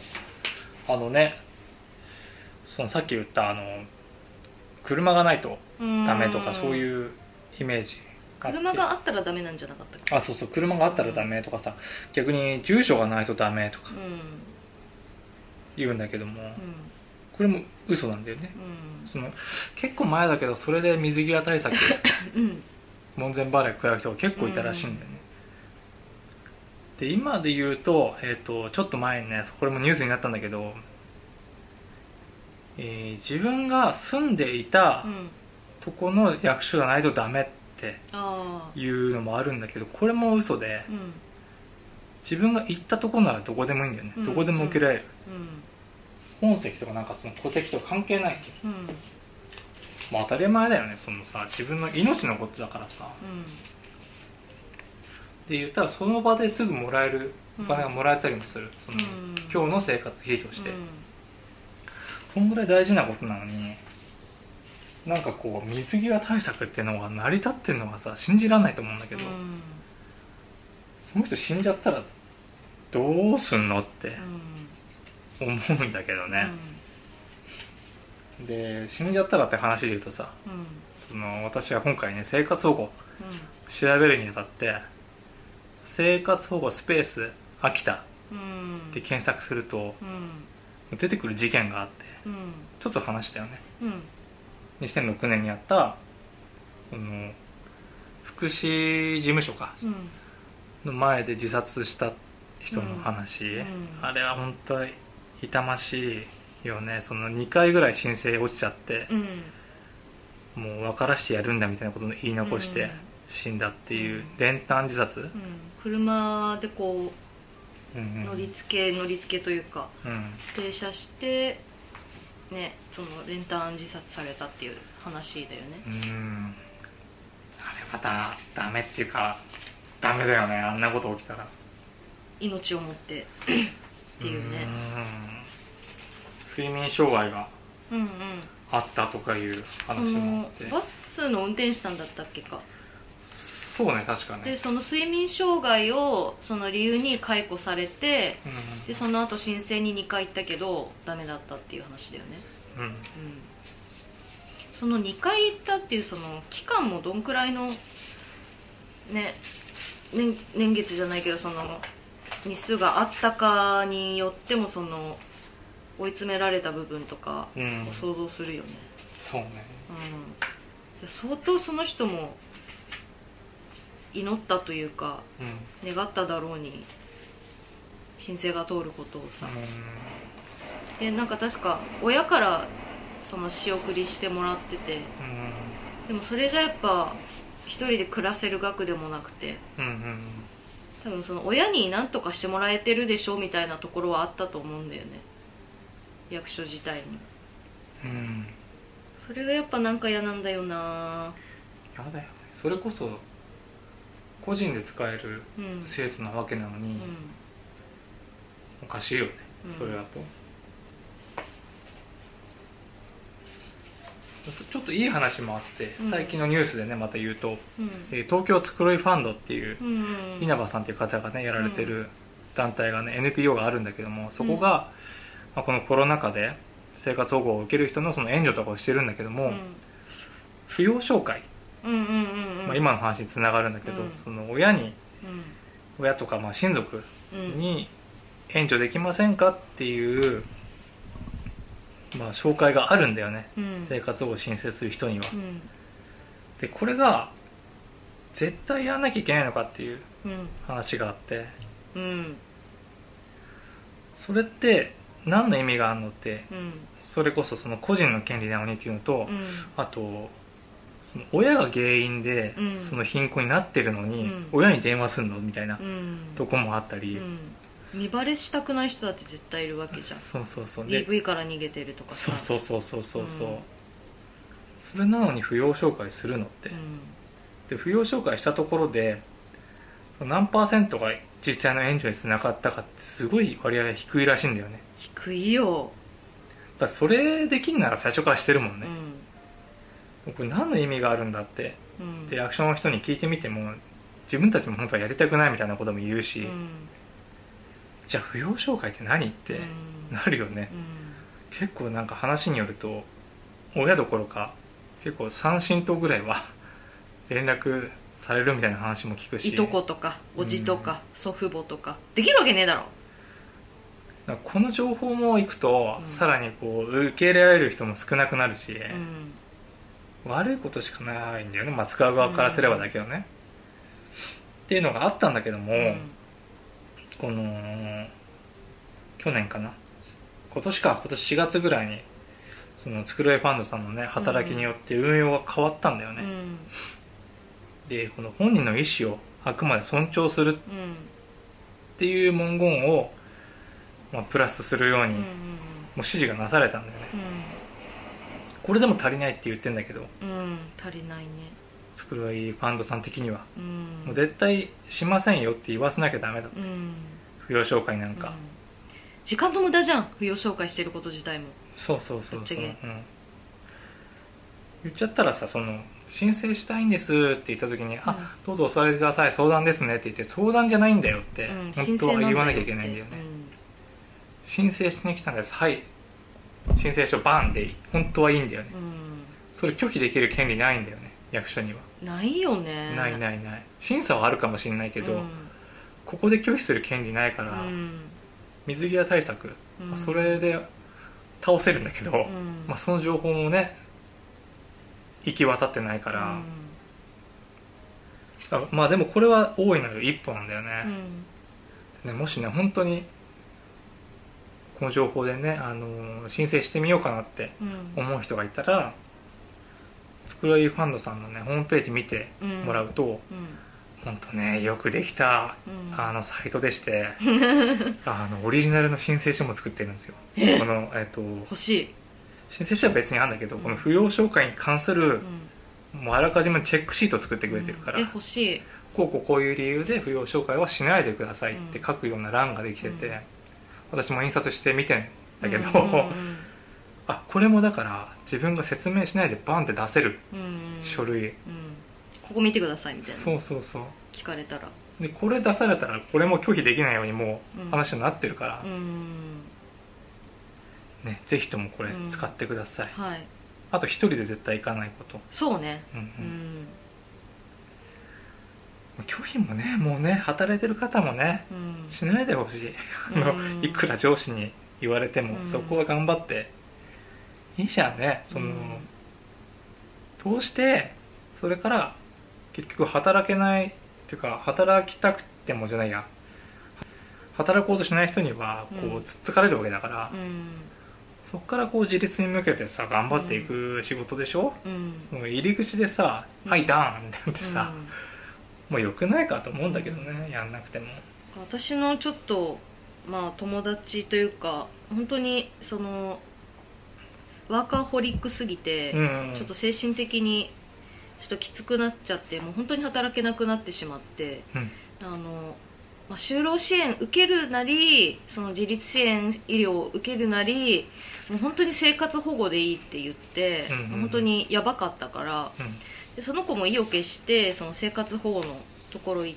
のさっき言った車がないとダメとか、そういうイメージがあって、 車があったらダメなんじゃなかったっけ。 あ、そう車があったらダメとかさ、逆に住所がないとダメとか言うんだけども、これも嘘なんだよね。結構前だけど、それで水際対策門前払い食らう人が結構いたらしいんだよね。で今で言うと、ちょっと前にね、これもニュースになったんだけど、自分が住んでいたとこの役所がないとダメっていうのもあるんだけど、これも嘘で、自分が行ったとこならどこでもいいんだよね。どこでも受けられる。本籍とかなんかその戸籍とか関係ない。まあ当たり前だよね。そのさ、自分の命のことだからさ。で言ったらその場ですぐもらえるお金がもらえたりもする、その今日の生活費として、そんぐらい大事なことなのに、なんかこう水際対策っていうのが成り立ってるのがさ、信じられないと思うんだけど、その人死んじゃったらどうすんのって思うんだけどね。で死んじゃったらって話で言うとさ、私が今回ね、生活保護調べるにあたって、生活保護スペース秋田って検索すると、出てくる事件があって、ちょっと話したよね。2006年にあった福祉事務所か、の前で自殺した人の話、あれは本当に痛ましいよね。その2回ぐらい申請落ちちゃって、もう分からしてやるんだみたいなことを言い残して死んだっていう練炭自殺、 車でこう乗り付けというか、停車してね、その練炭自殺されたっていう話だよね。 あれまたダメっていうか、ダメだよね、あんなこと起きたら。 命をもってっていうね。 睡眠障害があったとかいう話もあって、 バスの運転手さんだったっけか。 そうね、確かね。 でその睡眠障害をその理由に解雇されて、でその後申請に2回行ったけどダメだったっていう話だよね。その2回行ったっていうその期間もどんくらいのね、年月じゃないけど、その日数があったかによっても、その追い詰められた部分とかを想像するよね。 そうね。 相当その人も祈ったというか、願っただろうに申請が通ることをさ。でなんか確か親からその仕送りしてもらってて、でもそれじゃやっぱ一人で暮らせる額でもなくて、多分その親に何とかしてもらえてるでしょみたいなところはあったと思うんだよね、役所自体に。それがやっぱなんか嫌なんだよな。 嫌だよね。それこそ個人で使える制度なわけなのに、おかしいよね、それだと。ちょっといい話もあって、最近のニュースでねまた言うと、東京つくろいファンドっていう、稲葉さんっていう方がねやられてる団体がね、NPO があるんだけども、そこが、このコロナ禍で生活保護を受ける人のその援助とかをしてるんだけども、扶養照会、今の話につながるんだけど、その親に親とかまあ親族に援助できませんかっていう、まあ、紹介があるんだよね、生活保護を申請する人には。でこれが絶対やらなきゃいけないのかっていう話があって、それって何の意味があるのって、それこそその個人の権利なのにっていうのと、あとその親が原因でその貧困になってるのに、親に電話すんのみたいなとこもあったり、 見バレしたくない人だって絶対いるわけじゃん。 そうそうそう、 DV から逃げてるとかさ。 そうそうそうそうそう、それなのに扶養照会するのって、で扶養照会したところで何%が実際の援助につながったかってすごい割合低いらしいんだよね。 低いよ。 だそれできんなら最初からしてるもんね、これ何の意味があるんだって、で役所の人に聞いてみても自分たちも本当はやりたくないみたいなことも言うし、じゃあ扶養照会って何ってなるよね、結構なんか話によると親どころか結構3親等ぐらいは連絡されるみたいな話も聞くし、 いとことかおじとか、祖父母とかできるわけねえだろ。 この情報もいくと、さらにこう受け入れられる人も少なくなるし、悪いことしかないんだよね、まあ、使う側からすればだけどね、っていうのがあったんだけども、この去年かな、今年4月ぐらいにそのつくろいファンドさんのね働きによって運用が変わったんだよね、でこの本人の意思をあくまで尊重するっていう文言を、まあ、プラスするようにもう指示がなされたんだよね、これでも足りないって言ってんだけど、 足りないね。 つくろいファンドさん的には、もう絶対しませんよって言わせなきゃダメだって、扶養照会なんか、 時間の無駄じゃん、扶養照会してること自体も。 そうそうそうそう、言っちゃったらさ、その申請したいんですって言った時に、あ、どうぞお座りください、相談ですねって言って、相談じゃないんだよって、本当は言わなきゃいけないんだよね、申請しに来たんです、はい、申請書バンでいい、本当はいいんだよね、それ拒否できる権利ないんだよね、役所には。 ないよね。 ないないない。審査はあるかもしれないけど、ここで拒否する権利ないから、水際対策、まあ、それで倒せるんだけど、まあ、その情報もね行き渡ってないから、まあでもこれは大いなる一歩なんだよね、もしね本当にこの情報でね、申請してみようかなって思う人がいたら、つくろいファンドさんのねホームページ見てもらうと、本当ねよくできた、サイトでしてオリジナルの申請書も作ってるんですよ。この、 欲しい。 申請書は別にあるんだけど、この扶養照会に関する、もうあらかじめチェックシートを作ってくれてるから、 欲しい。 こういう理由で扶養照会はしないでくださいって書くような欄ができてて、私も印刷して見てんだけど、あ、これもだから自分が説明しないでバンって出せる書類、 ここ見てくださいみたいな。 そうそうそう、 聞かれたらでこれ出されたらこれも拒否できないようにもう話になってるから、ね、ぜひともこれ使ってください、あと一人で絶対行かないこと。 そうね、 拒否もね、もうね働いてる方もね、しないでほしいいくら上司に言われても、そこは頑張っていいじゃんね。その、通してそれから結局働けないっていうか、働きたくてもじゃないや、働こうとしない人にはこうつっつかれるわけだから、そこからこう自立に向けてさ頑張っていく仕事でしょ、その入り口でさ「はいダーン!」ってさ、もう良くないかと思うんだけどね、やんなくても。 私のちょっとまあ友達というか、本当にそのワーカーホリックすぎて、ちょっと精神的にちょっときつくなっちゃって、もう本当に働けなくなってしまって、就労支援受けるなり、その自立支援医療を受けるなり、もう本当に生活保護でいいって言って、本当にやばかったから、でその子も意を決してその生活保護のところ行って、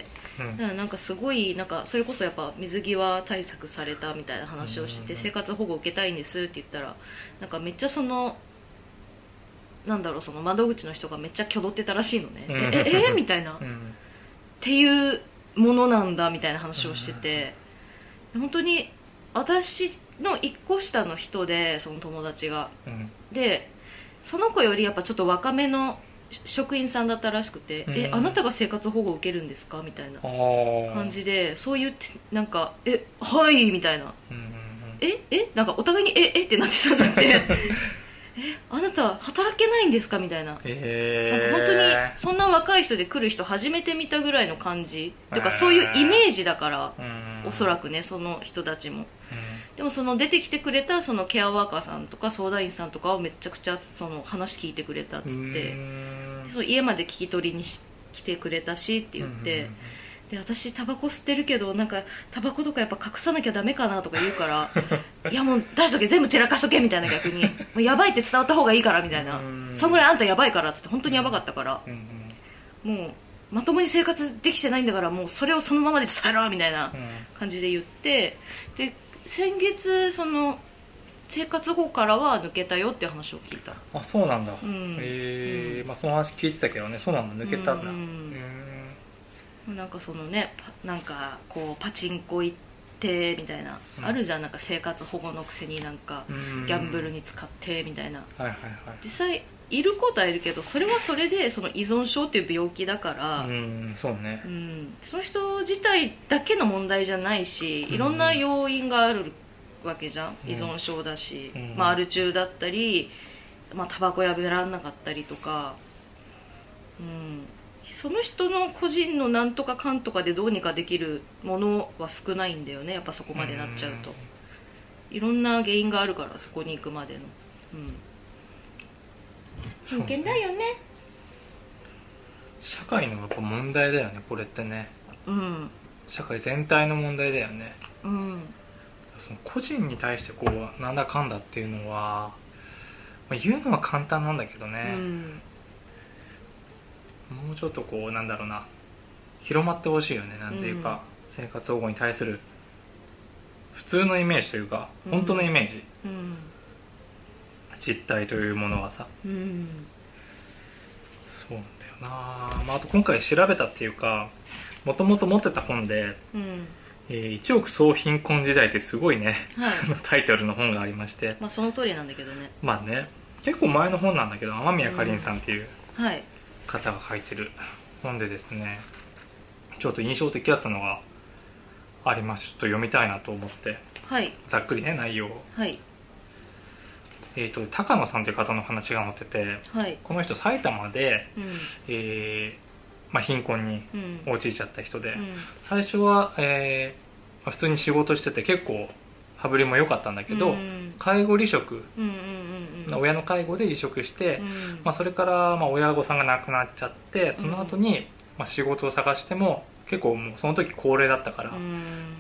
なんかすごいなんかそれこそやっぱ水際対策されたみたいな話をして、生活保護受けたいんですって言ったら、なんかめっちゃそのなんだろう、その窓口の人がめっちゃ挙動ってたらしいのね、みたいな、っていうものなんだみたいな話をしてて、本当に私の1個下の人で、その友達が、でその子よりやっぱちょっと若めの職員さんだったらしくて、あなたが生活保護を受けるんですかみたいな感じで、そういうなんかはいみたいな、なんかお互いにってなってたんだってあなた働けないんですかみたいな、なんか本当にそんな若い人で来る人初めて見たぐらいの感じとか、そういうイメージだから、おそらくね、その人たちも、でもその出てきてくれたそのケアワーカーさんとか相談員さんとかはめちゃくちゃその話聞いてくれたっつって、その家まで聞き取りに来てくれたしって言って、で私タバコ吸ってるけどなんかタバコとかやっぱ隠さなきゃダメかなとか言うからいやもう出しとけ、全部散らかしとけみたいな、逆にもうやばいって伝わった方がいいからみたいな、そんぐらいあんたやばいからっつって、本当にやばかったから、もうまともに生活できてないんだからもうそれをそのままで伝えろみたいな感じで言って、で先月その生活保護からは抜けたよっていう話を聞いた。 あ、そうなんだ。まあその話聞いてたけどね、そうなんだ、抜けたんだ。 なんかそのね、なんかこうパチンコ行ってみたいな、あるじゃん、なんか生活保護のくせになんかギャンブルに使ってみたいな、実際いることはいるけど、それはそれでその依存症っていう病気だから、 そうね、 その人自体だけの問題じゃないし、いろんな要因があるわけじゃん、依存症だし、アル中だったり、タバコやめらんなかったりとか、その人の個人のなんとかかんとかでどうにかできるものは少ないんだよね、やっぱそこまでなっちゃうと、いろんな原因があるから、そこに行くまでの、真剣だよね。 社会のやっぱ問題だよね、これってね。社会全体の問題だよね。その個人に対してこうなんだかんだっていうのは、言うのは簡単なんだけどね、もうちょっとこうなんだろうな、広まってほしいよね。なんていうか、生活保護に対する普通のイメージというか、本当のイメージ、実態というものがさ、そうなんだよな。あと今回調べたっていうか、もともと持ってた本で、1億総貧困時代ってすごいね、タイトルの本がありまして、 その通りなんだけどね、 結構前の本なんだけど、雨宮かりんさんっていう方が書いてる本でですね、ちょっと印象的だったのがあります。ちょっと読みたいなと思って、ざっくりね、内容を。高野さんという方の話が載ってて、この人埼玉で、貧困に陥っちゃった人で、最初は、普通に仕事してて結構羽振りも良かったんだけど、介護離職、親の介護で離職して、それから親御さんが亡くなっちゃって、その後に仕事を探しても結構もうその時高齢だったから、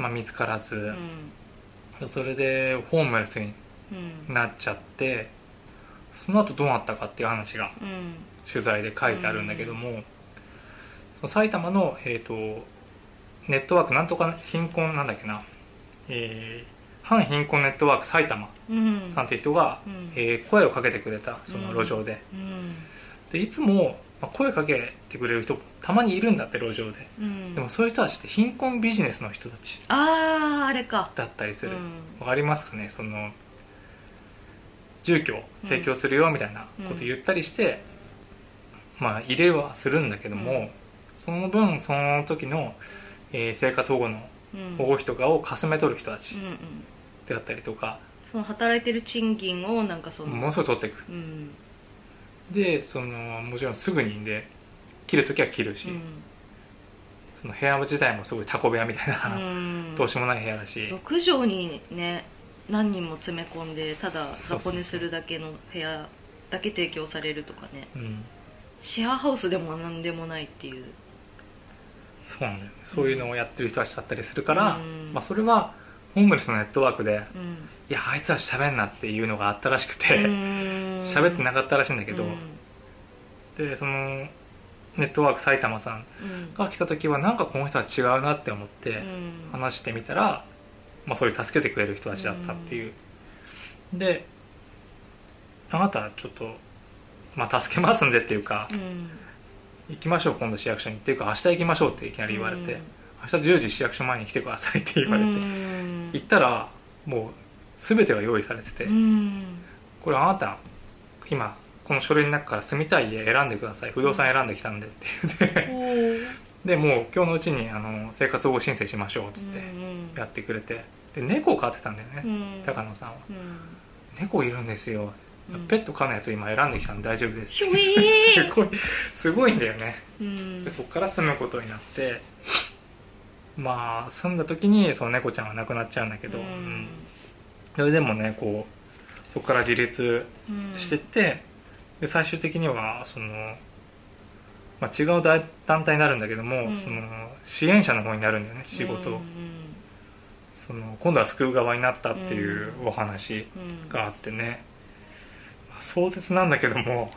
見つからず、それでホームレスになっちゃって、その後どうなったかっていう話が取材で書いてあるんだけども、埼玉の、ネットワークなんとか貧困なんだっけな、反貧困ネットワーク埼玉さんっていう人が、声をかけてくれた、その路上で、でいつも声かけてくれる人たまにいるんだって、路上で、でもそういう人たちって貧困ビジネスの人たちあれかだったりする。わかりますかね。その住居を提供するよみたいなこと言ったりして、入れはするんだけども、その分その時の、生活保護の保護費とかをかすめ取る人たちであったりとか、 その働いてる賃金をなんかそのものすごい取っていく、でそのもちろんすぐにで切る時は切るし、その部屋自体もすごいタコ部屋みたいな、どうしようもない部屋だし、 6畳にね何人も詰め込んで、ただ雑魚寝するだけの部屋だけ提供されるとかね、シェアハウスでも何でもないっていう。 そうなんだよね、そういうのをやってる人たちだったりするから、それはホームレスのネットワークで、いやあいつは喋んなっていうのがあったらしくて、喋ってなかったらしいんだけど、でそのネットワーク埼玉さんが来た時は、なんかこの人は違うなって思って話してみたら、そういう助けてくれる人たちだったっていう。であなたちょっと、助けますんでっていうか、行きましょう今度市役所にっていうか、明日行きましょうっていきなり言われて、 明日10時市役所前に来てくださいって言われて、行ったらもう全てが用意されてて、これあなた今この書類の中から住みたい家選んでください、不動産選んできたんでって言ってでもう今日のうちに生活保護申請しましょうっつってやってくれて、で猫を飼ってたんだよね、高野さんは、猫いるんですよ、ペット飼うやつ今選んできたんで大丈夫ですってすごいんだよね、でそこから住むことになって、まあ住んだ時にその猫ちゃんは亡くなっちゃうんだけど、それでもねこうそこから自立してって、で最終的にはその、まあ、違う団体になるんだけども、その支援者の方になるんだよね、仕事を、その今度は救う側になったっていうお話があってね、まあ、壮絶なんだけども、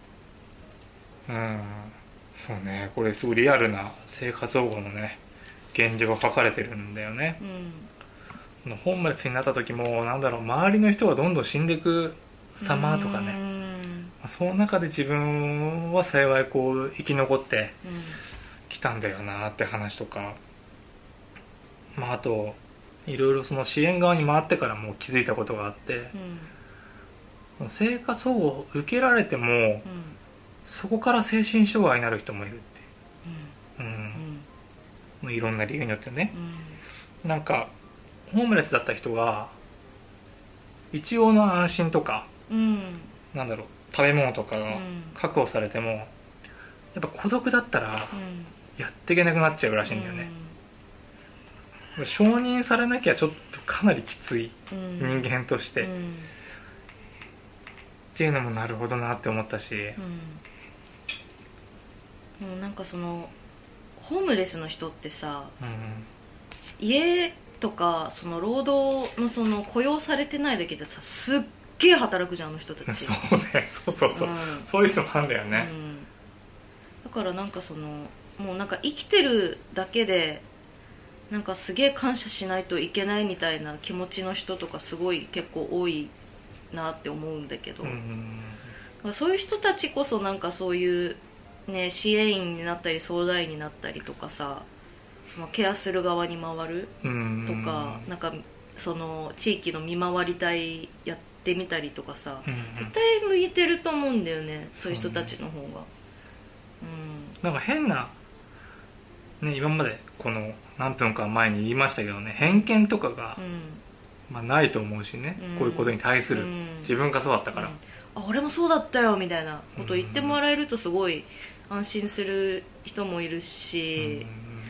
そうね、これすごいリアルな生活保護のね現状が書かれてるんだよね、そのホームレスになった時もなんだろう、周りの人がどんどん死んでいく様とかね、その中で自分は幸いこう生き残ってきたんだよなって話とか、まあ、あといろいろその支援側に回ってからも気づいたことがあって、生活保護を受けられても、そこから精神障害になる人もいるっていう、いろんな理由によってね、なんかホームレスだった人が一応の安心とか、なんだろう、食べ物とかが確保されても、やっぱ孤独だったらやっていけなくなっちゃうらしいんだよね、承認されなきゃちょっとかなりきつい、人間として、っていうのもなるほどなって思ったし、 もうなんかそのホームレスの人ってさ、家とかその労働のその雇用されてないだけでさ、すっげえ働くじゃん、あの人たち。 そうね、そう、そういう人もあるんだよね、 だからなんかそのもうなんか生きてるだけでなんかすげえ感謝しないといけないみたいな気持ちの人とかすごい結構多いなって思うんだけど、そういう人たちこそなんかそういうね、支援員になったり相談員になったりとかさ、そのケアする側に回るとか、なんかその地域の見回り隊やってみたりとかさ、絶対向いてると思うんだよね、そういう人たちの方が。 なんか変な、ね、今までこの何分か前に言いましたけどね、偏見とかが、まあ、ないと思うしね、こういうことに対する、自分がそうだったから、 あ、俺もそうだったよみたいなことを言ってもらえるとすごい安心する人もいるし、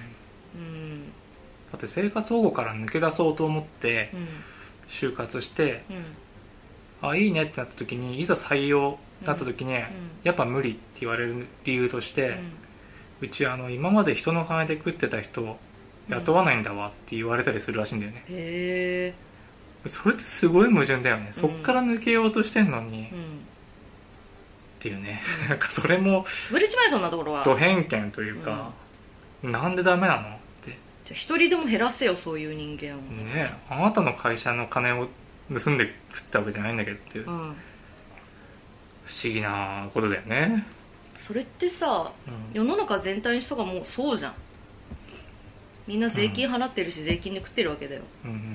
だって生活保護から抜け出そうと思って就活して、あ、いいねってなった時に、いざ採用だった時に、やっぱ無理って言われる理由として、うち今まで人の金で食ってた人雇わないんだわって言われたりするらしいんだよね、 へえ。それってすごい矛盾だよね、そっから抜けようとしてんのに、っていうね、なんかそれも潰れちまい、そんなところはド偏見というか、なんでダメなのって。 じゃあ一人でも減らせよ、そういう人間をね。あなたの会社の金を盗んで食ったわけじゃないんだけどっていう、不思議なことだよね。 それってさ、世の中全体の人がもうそうじゃん。みんな税金払ってるし、税金で食ってるわけだよ。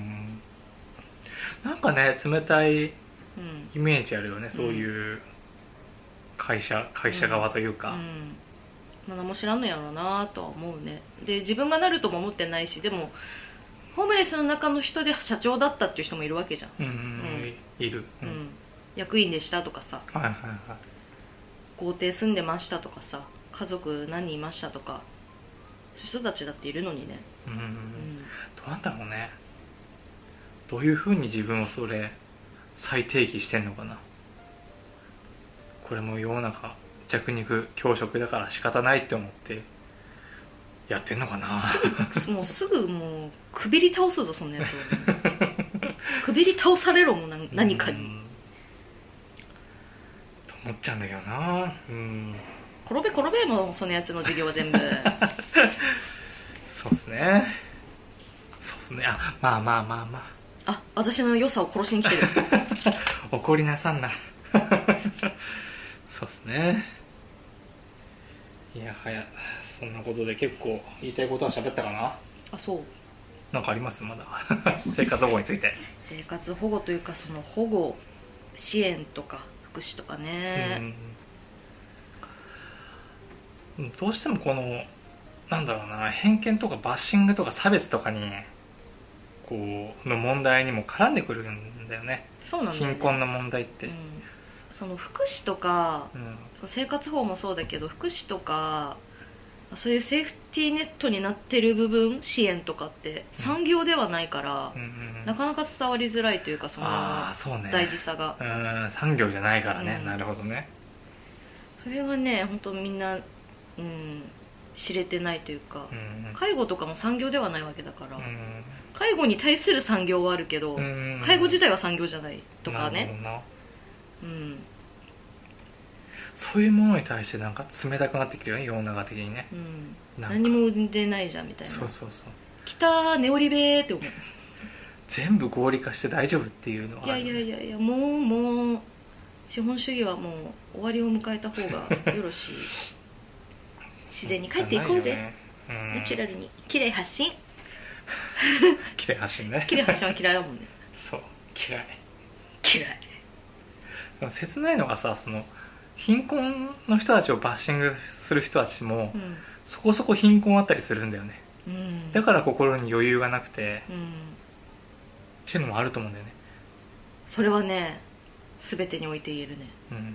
なんかね、冷たいイメージあるよね、そういう会社側というか、 まあ、何も知らんのやろうなとは思うね。で、自分がなるとも思ってないし、でもホームレスの中の人で社長だったっていう人もいるわけじゃん。 いる、 役員でしたとかさ、豪邸住んでましたとかさ、家族何人いましたとか、そういう人たちだっているのにね。 どうなんだろうね、どういうふうに自分をそれ再定義してんのかな。これも世の中弱肉強食だから仕方ないって思ってやってんのかな。 もうすぐもうくびり倒すぞ、そんなやつを。くびり倒されろ、もう何かにと思っちゃうんだけどな。 転べ転べ、もうそのやつの授業は全部。 そうっすね。あ、まああ、私の良さを殺しに来てる。 怒りなさんな。そうっすね。 いやはや、そんなことで結構言いたいことは喋ったかな。 あ、そう。 なんかありますまだ生活保護について。 生活保護というか、その保護支援とか福祉とかね、 どうしてもこのなんだろうな、偏見とかバッシングとか差別とかにこうの問題にも絡んでくるんだよね。 そうなんだよね。 貧困の問題って、 その福祉とか、そう生活保護もそうだけど、福祉とかそういうセーフティーネットになってる部分、支援とかって産業ではないから、なかなか伝わりづらいというか、その大事さが、 産業じゃないからね、なるほどね。 それがね本当みんな、知れてないというか、介護とかも産業ではないわけだから、介護に対する産業はあるけど、介護自体は産業じゃないとかね。 そういうものに対してなんか冷たくなってきてるね、世の中的にね。 何も生んでないじゃんみたいな。 そうそうそう。 来たネオリベーって思う。 全部合理化して大丈夫っていうのは、 いやもう資本主義はもう終わりを迎えた方がよろしい。自然に帰っていこうぜ、ナチュラルに。綺麗発信綺麗発信ね。 綺麗発信は嫌いだもんね。 そう、嫌い。 でも切ないのがさ、その貧困の人たちをバッシングする人たちも、そこそこ貧困あったりするんだよね、だから心に余裕がなくて、っていうのもあると思うんだよね。 それはね全てにおいて言えるね。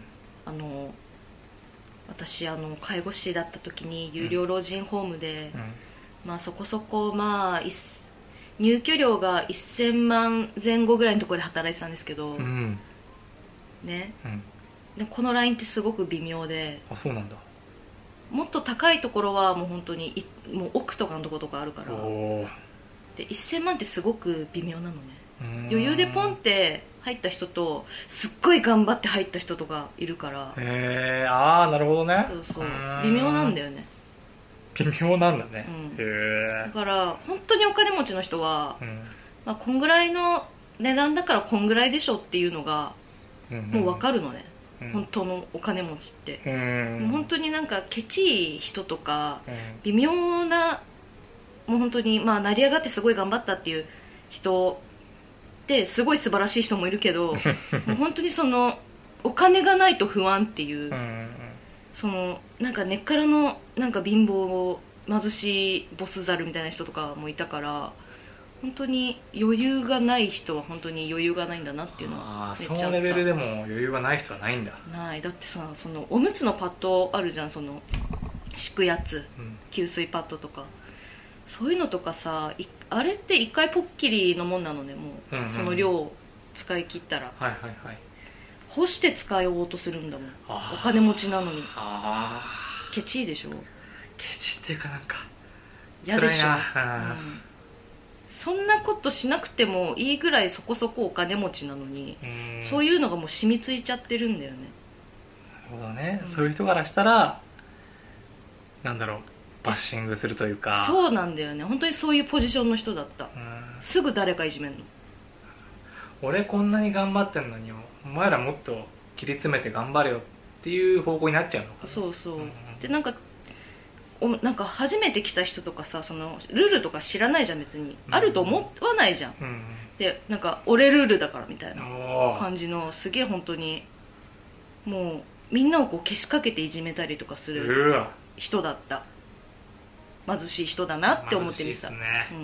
私介護士だった時に有料老人ホームで、そこそこ入居料が1000万前後ぐらいのところで働いてたんですけど、ね、でこのラインってすごく微妙で。 あ、そうなんだ。 もっと高いところはもう本当にもう奥とかのところとかあるから、で1000万ってすごく微妙なのね。余裕でポンって入った人とすっごい頑張って入った人とかいるから。 ああ、なるほどね。 そう微妙なんだよね。 微妙なんだね、 だから本当にお金持ちの人は、こんぐらいの値段だからこんぐらいでしょっていうのがもう分かるのね、本当のお金持ちって。もう本当になんかケチい人とか、微妙な、もう本当に成り上がってすごい頑張ったっていう人ってすごい素晴らしい人もいるけどもう本当にそのお金がないと不安っていう、そのなんか根っからのなんか貧乏貧しいボスザルみたいな人とかもいたから、本当に余裕がない人は本当に余裕がないんだなっていうのはめっちゃあった。 そのレベルでも余裕がない人はないんだ。 ない。だってさ、そのおむつのパッドあるじゃん、その敷くやつ、給水パッドとか、そういうのとかさ、あれって一回ポッキリのもんなのね、もう、その量を使い切ったら、干して使おうとするんだもん、お金持ちなのに。ケチいでしょ。 ケチっていうかなんか嫌でしょ。そんなことしなくてもいいぐらいそこそこお金持ちなのに、そういうのがもう染みついちゃってるんだよね。 なるほどね、そういう人からしたらなんだろう、バッシングするというか。 そうなんだよね、本当にそういうポジションの人だった。すぐ誰かいじめんの。 俺こんなに頑張ってんのにお前らもっと切り詰めて頑張れよっていう方向になっちゃうのかな。そう、 でなんか初めて来た人とかさ、そのルールとか知らないじゃん別に、あると思わないじゃん、でなんか俺ルールだからみたいな感じの、すげえ本当にもうみんなをこうけしかけていじめたりとかする人だった。貧しい人だなって思って見てた。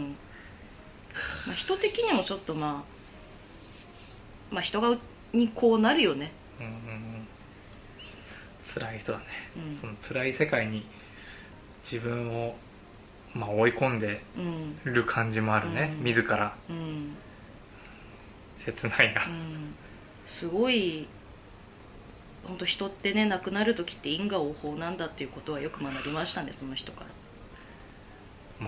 人的にもちょっと人にこうなるよね。 辛い人だね、その辛い世界に自分を追い込んでる感じもあるね、自ら。切ないな。 すごい本当、人ってね亡くなる時って因果応報なんだっていうことはよく学びましたね、その人から。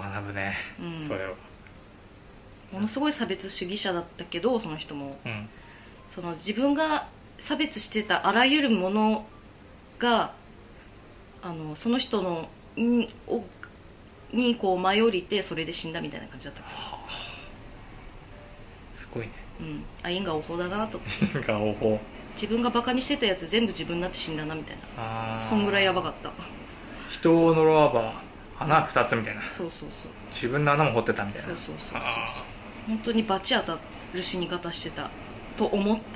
学ぶね、それは。 ものすごい差別主義者だったけど、その人も、その自分が差別してたあらゆるものがその人のにこう舞い降りて、それで死んだみたいな感じだったから、 すごいね。 因果応報だなと思って。 因果応報。 自分がバカにしてたやつ全部自分になって死んだなみたいな、そんぐらいやばかった。 人を呪わば穴2つみたいな、 そうそうそう、 自分の穴も掘ってたみたいな。 そうそうそうそう、本当にバチ当たる死に方してたと思った。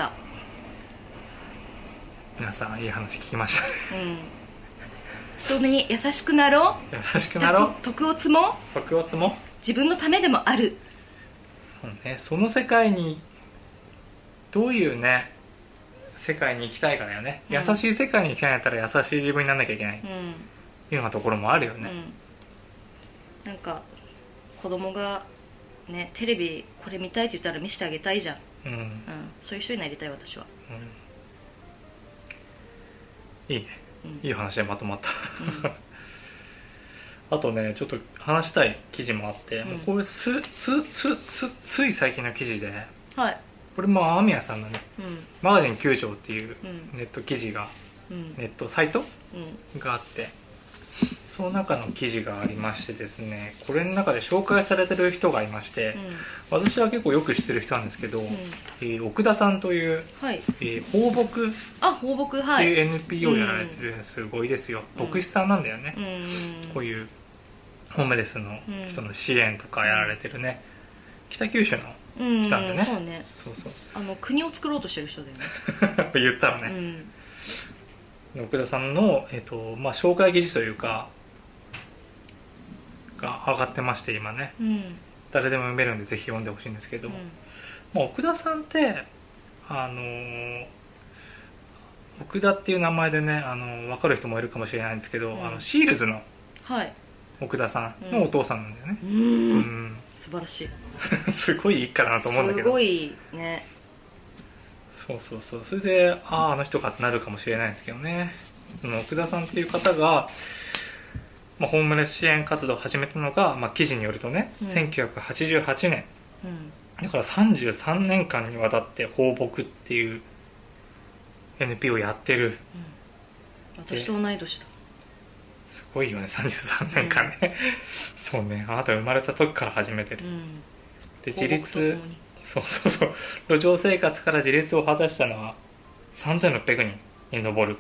皆さんいい話聞きましたね。 うん、人に優しくなろう、 優しくなろう、 徳を積もう、 徳を積もう。 自分のためでもある。 そうね、その世界にどういうね世界に行きたいかだよね、 うん、 優しい世界に行きたいんだったら優しい自分にならなきゃいけない、 うん、 いうようなところもあるよね、 うん、なんか子供がねテレビこれ見たいって言ったら見せてあげたいじゃん、 うんうん、 そういう人になりたい私は、 いいね、いい話でまとまった、あとねちょっと話したい記事もあって、これつい最近の記事で、 はい、 これも雨宮さんのね、マガジン9条っていうネット記事が、ネットサイト、があって、その中の記事がありましてですね、これの中で紹介されてる人がいまして、私は結構よく知ってる人なんですけど、奥田さんという、放牧っていう NPO をやられてる、すごいですよ、牧師さんなんだよね、こういうホームレスの人の支援とかやられてるね、北九州の人なんでね、 そうね、 そうそう、 国を作ろうとしてる人だよね言ったらね、奥田さんの、紹介記事というかが上がってまして、今ね、誰でも読めるんでぜひ読んでほしいんですけど、奥田さんって奥田っていう名前でね分かる人もいるかもしれないんですけど、シールズの奥田さんのお父さんなんだよね、 素晴らしいすごいいいかなと思うんだけど、 すごいね、 そうそうそう、それであの人かってなるかもしれないんですけどね、その奥田さんっていう方が、ホームレス支援活動を始めたのが、記事によるとね、1988年、だから33年間にわたって放牧っていう NPO をやってる、 私と同い年だ、 すごいよね、33年間ね、そうね、あなた生まれた時から始めてる、で自立、そう路上生活から自立を果たしたのは3600人に上る、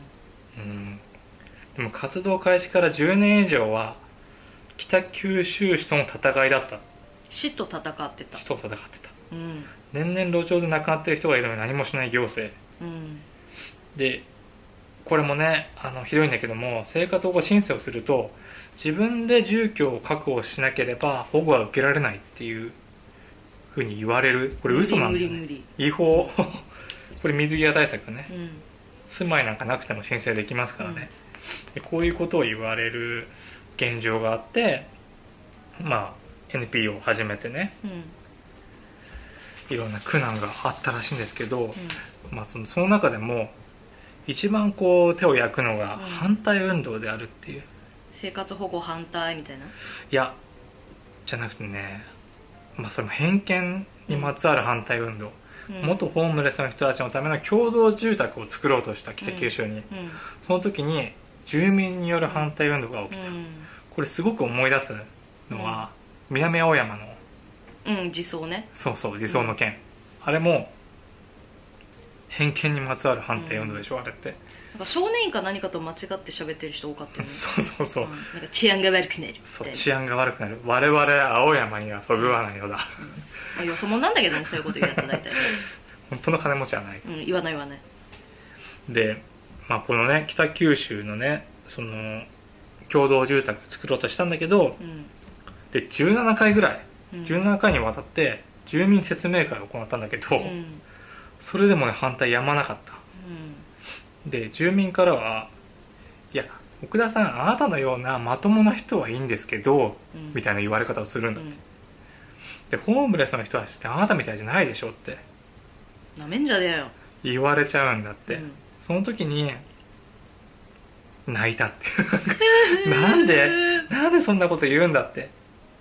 でも活動開始から10年以上は北九州市との戦いだった。 市と戦ってた、 年々路上で亡くなっている人がいるのに何もしない行政、でこれもねひどいんだけども、生活保護申請をすると自分で住居を確保しなければ保護は受けられないっていうふうに言われる。これ嘘なんだよね、違法これ水際対策ね、住まいなんかなくても申請できますからね、でこういうことを言われる現状があって、NPO を始めてね、いろんな苦難があったらしいんですけど、その中でも一番こう手を焼くのが反対運動であるっていう、 生活保護反対みたいな、 いやじゃなくてね、それも偏見にまつわる反対運動、元ホームレスの人たちのための共同住宅を作ろうとした北九州に、その時に住民による反対運動が起きた、これすごく思い出すのは、南青山の、 自走ね、 自走の件、あれも偏見にまつわる反対運動でしょ、あれって。 なんか少年院か何かと間違って喋ってる人多かったよね。 そう、 なんか治安が悪くなる、 治安が悪くなる、我々青山にはそぐわないのだ、 よそ者なんだけどね、そういうこと言うやつ大体本当の金持ちはない、 言わないで、このね北九州のねその共同住宅作ろうとしたんだけど、で17回ぐらい、17回にわたって住民説明会を行ったんだけど、それでもね反対やまなかった、で住民からは、いや奥田さんあなたのようなまともな人はいいんですけど、みたいな言われ方をするんだって、でホームレスの人たちってあなたみたいじゃないでしょってなめんじゃねえよ言われちゃうんだって、その時に泣いたってなんでそんなこと言うんだって、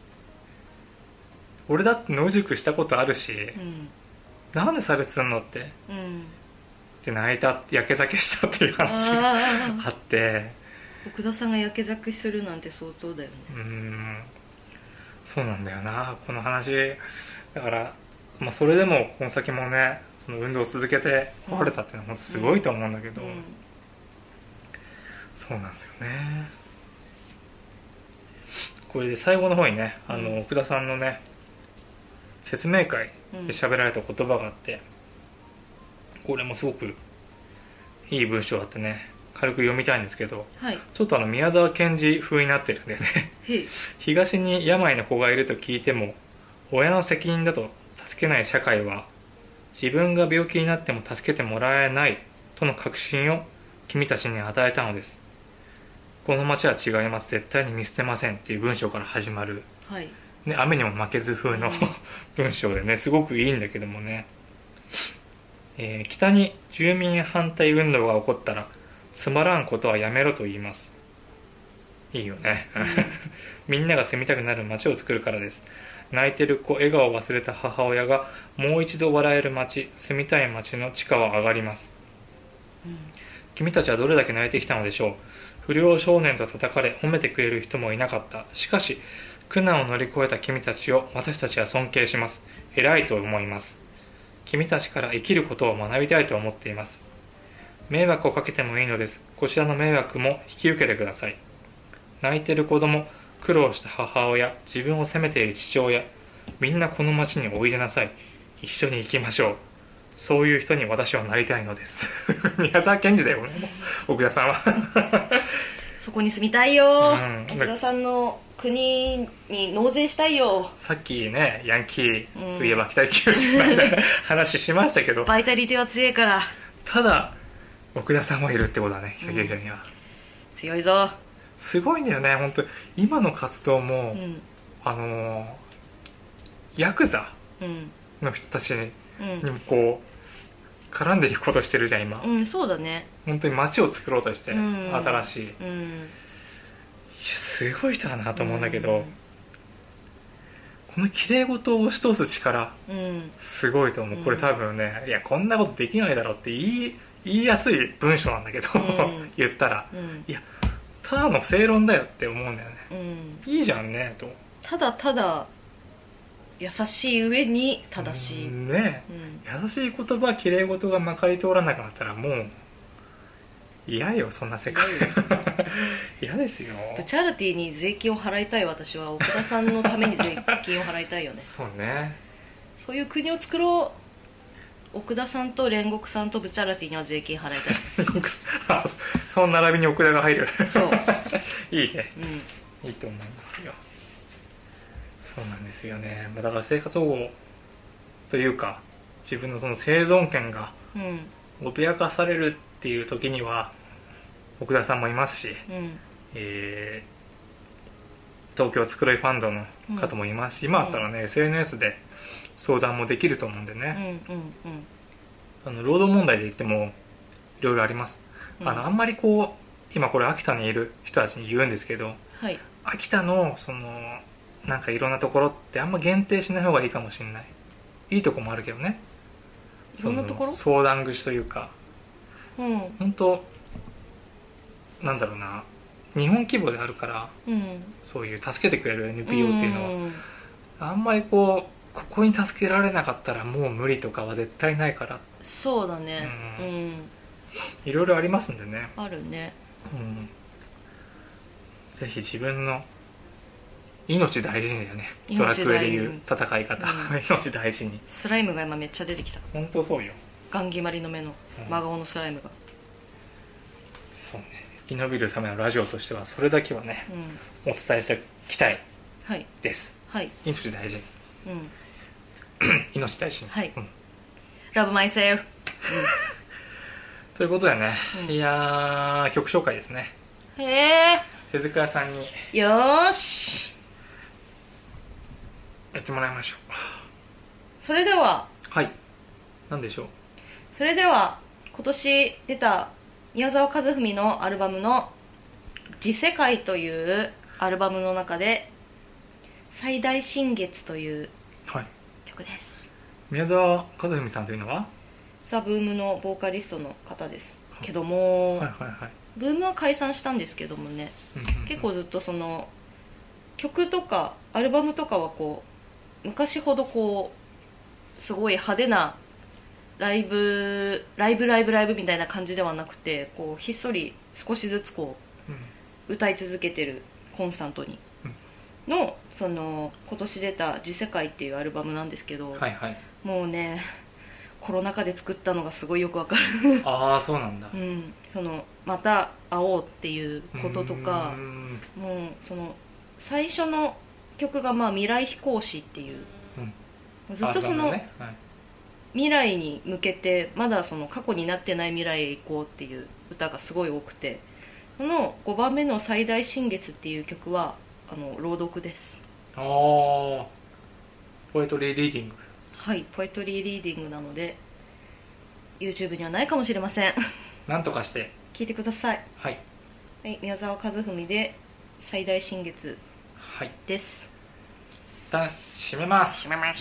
俺だって野宿したことあるし、なんで差別するのって、って泣いたって、やけ酒したっていう話があって、 奥田さんがやけ酒するなんて相当だよね。 そうなんだよなこの話だから、それでもこの先もねその運動を続けてこられたっていうのは本当すごいと思うんだけど、そうなんですよね。 これで最後の方にね奥田さんのね説明会で喋られた言葉があって、これもすごくいい文章だってね、軽く読みたいんですけど、 はい、 ちょっと宮沢賢治風になってるんでね東に病の子がいると聞いても親の責任だと助けない社会は自分が病気になっても助けてもらえないとの確信を君たちに与えたのです。この町は違います、絶対に見捨てませんっていう文章から始まる、 はい、 ね、雨にも負けず風の文章でね、すごくいいんだけどもね、北に住民反対運動が起こったらつまらんことはやめろと言います。いいよねみんなが住みたくなる街を作るからです。泣いてる子、笑顔を忘れた母親がもう一度笑える街、住みたい街の地価は上がります、君たちはどれだけ泣いてきたのでしょう。不良少年と叩かれ褒めてくれる人もいなかった。しかし苦難を乗り越えた君たちを私たちは尊敬します。偉いと思います。君たちから生きることを学びたいと思っています。迷惑をかけてもいいのです。こちらの迷惑も引き受けてください。泣いてる子供、苦労した母親、自分を責めている父親、みんなこの町においでなさい。一緒に行きましょう。そういう人に私はなりたいのです宮沢賢治だよね、奥田さんはそこに住みたいよ、奥田さんの国に納税したいよ。 さっきねヤンキーといえば北九州みたいな話しましたけど、 バイタリティは強いから。 ただ奥田さんもいるってことだね、北九州には、 強いぞ。 すごいんだよね本当。今の活動も、ヤクザの人たちにもこう絡んでいくことしてるじゃん今、 そうだね。 本当に街を作ろうとして、新しい、すごい人だなと思うんだけど、この綺麗事を押し通す力、すごいと思う。これ多分ね、いやこんなことできないだろうって言いやすい文章なんだけど、言ったら、いやただの正論だよって思うんだよね、いいじゃんねと。 ただただ優しい上に正しい、 ね、優しい言葉、綺麗事がまかり通らなくなったらもう嫌よ、そんな世界嫌ですよ。 ブチャリティに税金を払いたい私は奥田さんのために税金を払いたいよねそうね、 そういう国を作ろう。奥田さんと煉獄さんとブチャリティには税金払いたいその並びに奥田が入るそういいね、いいと思いますよ。そうなんですよね。だから生活保護というか自分のその生存権が脅かされるっていう時には奥田さんもいますし、東京つくろいファンドの方もいますし、今あったらね、SNS で相談もできると思うんでね、労働問題で言ってもいろいろあります、あんまりこう今これ秋田にいる人たちに言うんですけど、秋田のそのなんかいろんなところってあんま限定しない方がいいかもしれない。いいとこもあるけどね、 そんなところ相談口というか、本当なんだろうな、日本規模であるから、そういう助けてくれる NPO っていうのは、あんまりここに助けられなかったらもう無理とかは絶対ないから。 そうだね、 いろいろありますんでね。 あるね、 ぜひ自分の命大事にだよね。ドラクエでいう戦い方、命大事に。 スライムが今めっちゃ出てきた。 本当そうよ。 ガン決まりの目の真顔のスライムが、 そうね、生き延びるためのラジオとしてはそれだけはね、お伝えしておきたいです、命大事に、命大事に、 Love myself、 ということでね、いやー曲紹介ですね。 へえ、 手塚屋さんによーしやってもらいましょう。 それでは何でしょう。 それでは今年出た宮沢和文のアルバムの「次世界」というアルバムの中で「最大新月」という曲です、 宮沢和文さんというのはザ・ブームのボーカリストの方ですけども、ブームは解散したんですけどもね、結構ずっとその曲とかアルバムとかはこう昔ほどこうすごい派手なライブみたいな感じではなくて、こうひっそり少しずつこう、歌い続けてるコンスタントに、 のその今年出た「次世界」っていうアルバムなんですけど、 はいはい。 もうねコロナ禍で作ったのがすごいよくわかるああそうなんだ。 そのまた会おうっていうこととか、もうその最初の曲が未来飛行士っていう、ずっとその、 ね、はい、 未来に向けてまだその過去になってない未来へ行こうっていう歌がすごい多くて、その5番目の最大新月っていう曲は朗読です。 ああポエトリーリーディング。 はい、ポエトリーリーディングなので YouTube にはないかもしれませんなんとかして聞いてください。 はい、 はい、宮沢和文で最大新月です。 一旦閉めます。 閉めます。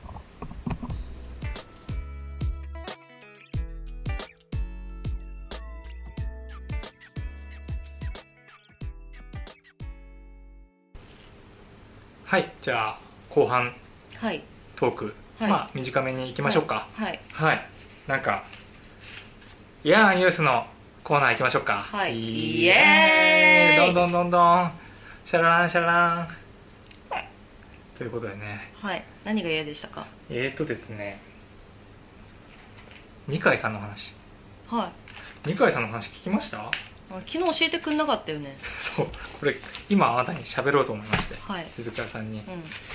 はい、じゃあ後半はいトーク、 はい、 短めにいきましょうか。 はい、 はい、なんかニュースのコーナー行きましょうか。 はい、 イエーイ、どんどんどんどんシャラランシャラランということでね。 はい、何が嫌でしたか？ ですね、二階さんの話。 はい、 二階さんの話聞きました？ 昨日教えてくんなかったよねそう、これ今あなたに喋ろうと思いまして、 はい、 静香さんに、 うん、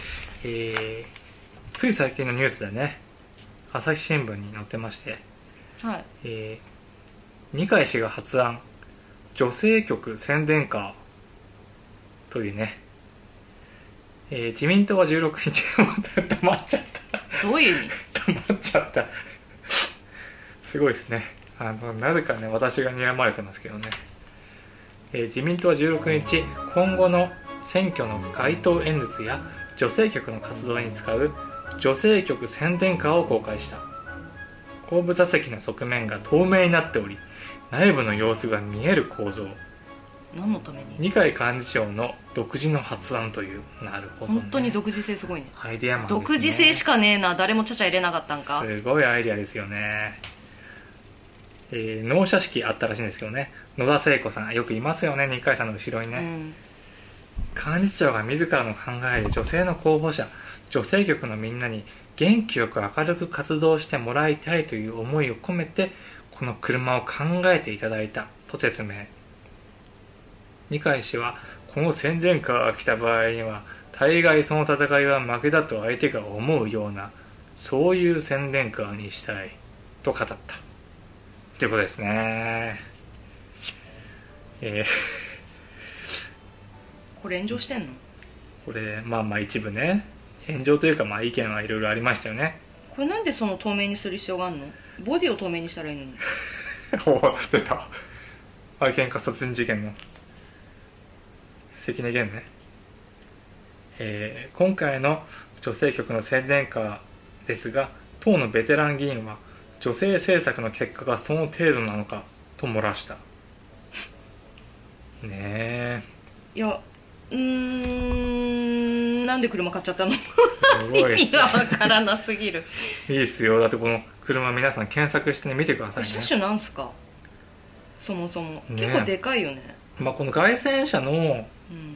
つい最近のニュースでね、朝日新聞に載ってまして、 はい、 二階氏が発案女性局宣伝カーというね、自民党は16日黙っちゃったどういう意味黙っちゃったすごいですね。なぜかね私が睨まれてますけどね、自民党は16日今後の選挙の街頭演説や女性局の活動に使う女性局宣伝カーを公開した。後部座席の側面が透明になっており内部の様子が見える構造。 何のために？ 二階幹事長の独自の発案という。なるほどね、 本当に独自性すごいね。 アイデアマンですね。 独自性しかねえな、誰もちゃちゃ入れなかったんか。 すごいアイデアですよね。納車式あったらしいんですけどね、野田聖子さんよくいますよね、二階さんの後ろにね、幹事長が自らの考えで女性の候補者女性局のみんなに元気よく明るく活動してもらいたいという思いを込めてこの車を考えていただいたと説明。二階氏はこの宣伝カーが来た場合には大概その戦いは負けだと相手が思うようなそういう宣伝カーにしたいと語ったっていうことですね。 これ炎上してんの？ これ一部ね炎上というか意見はいろいろありましたよね。 これなんでその透明にする必要があるの？ボディを透明にしたらいいのにお出た愛犬家殺人事件の関根源ね。今回の女性局の宣伝カーですが党のベテラン議員は女性政策の結果がその程度なのかと漏らしたねえ。 いやなんで車買っちゃったの？すごいっすね、 意味がわからなすぎる。 いいっすよ。だってこの車皆さん検索して、見てくださいね。 車種なんすかそもそも、ね、結構でかいよね。 この街宣車の、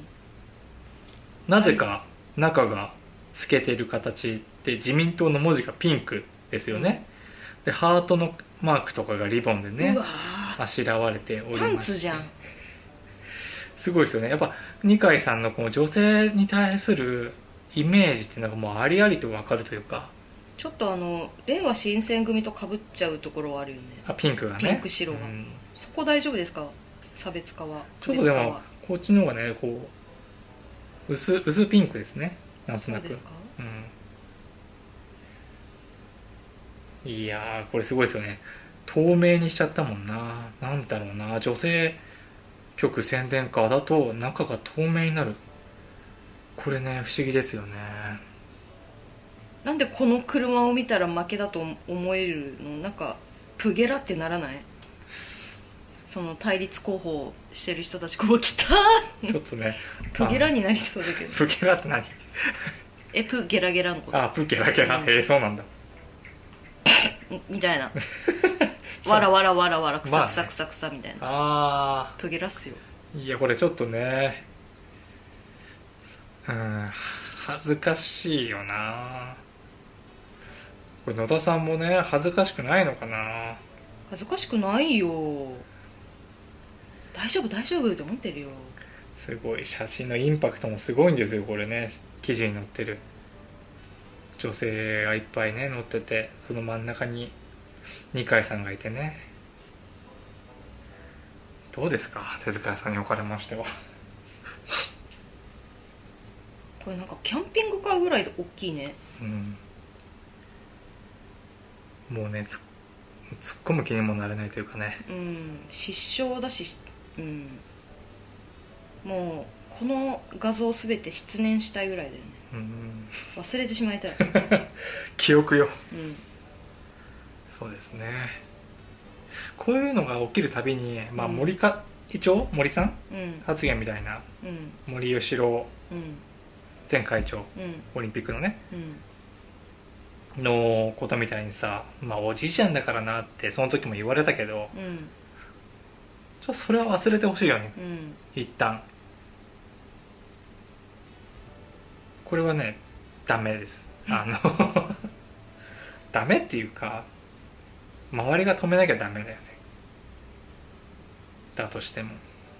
なぜか中が透けてる形で自民党の文字がピンクですよね、でハートのマークとかがリボンでねあしらわれておりまして、 パンツじゃん。 すごいですよね。やっぱ二階さんのこの女性に対するイメージっていうのがもうありありと分かるというか、 ちょっと令和新選組とかぶっちゃうところはあるよね。 ピンクがね、 ピンク白が、そこ大丈夫ですか？差別化は。 ちょっとでもこっちの方がねこう薄ピンクですね、なんとなく。そうですか？いやーこれすごいですよね。透明にしちゃったもんな。なんだろうな、女性局宣伝カーだと中が透明になる。これね不思議ですよね。 なんでこの車を見たら負けだと思えるの？なんかプゲラってならない？その対立候補してる人たちこう来たちょっとねプゲラになりそうだけど。 プゲラって何？ プゲラゲラのこと。 プゲラゲラ、そうなんだみたいなわらわらわらわらくさくさくさくさみたいな、プゲラっすよ。 いやこれちょっとね恥ずかしいよな。これ野田さんもね恥ずかしくないのかな。 恥ずかしくないよ、大丈夫大丈夫って思ってるよ。 すごい写真のインパクトもすごいんですよこれね。記事に載ってる女性がいっぱいね載ってて、その真ん中に二階さんがいてね。どうですか手塚さんにおかれましては。 これなんかキャンピングカーぐらいで大きいね。 もうね突っ込む気にもなれないというかね。 失笑だし、もうこの画像すべて失念したいぐらいだよね。忘れてしまいたい。 記憶よ。そうですね。こういうのが起きるたびに、森さん、発言みたいな、森喜朗前会長、オリンピックのね、のことみたいにさ、おじいちゃんだからなってその時も言われたけど、それは忘れてほしいよね、一旦。これはねダメです。ダメっていうか周りが止めなきゃダメだよね。だとしても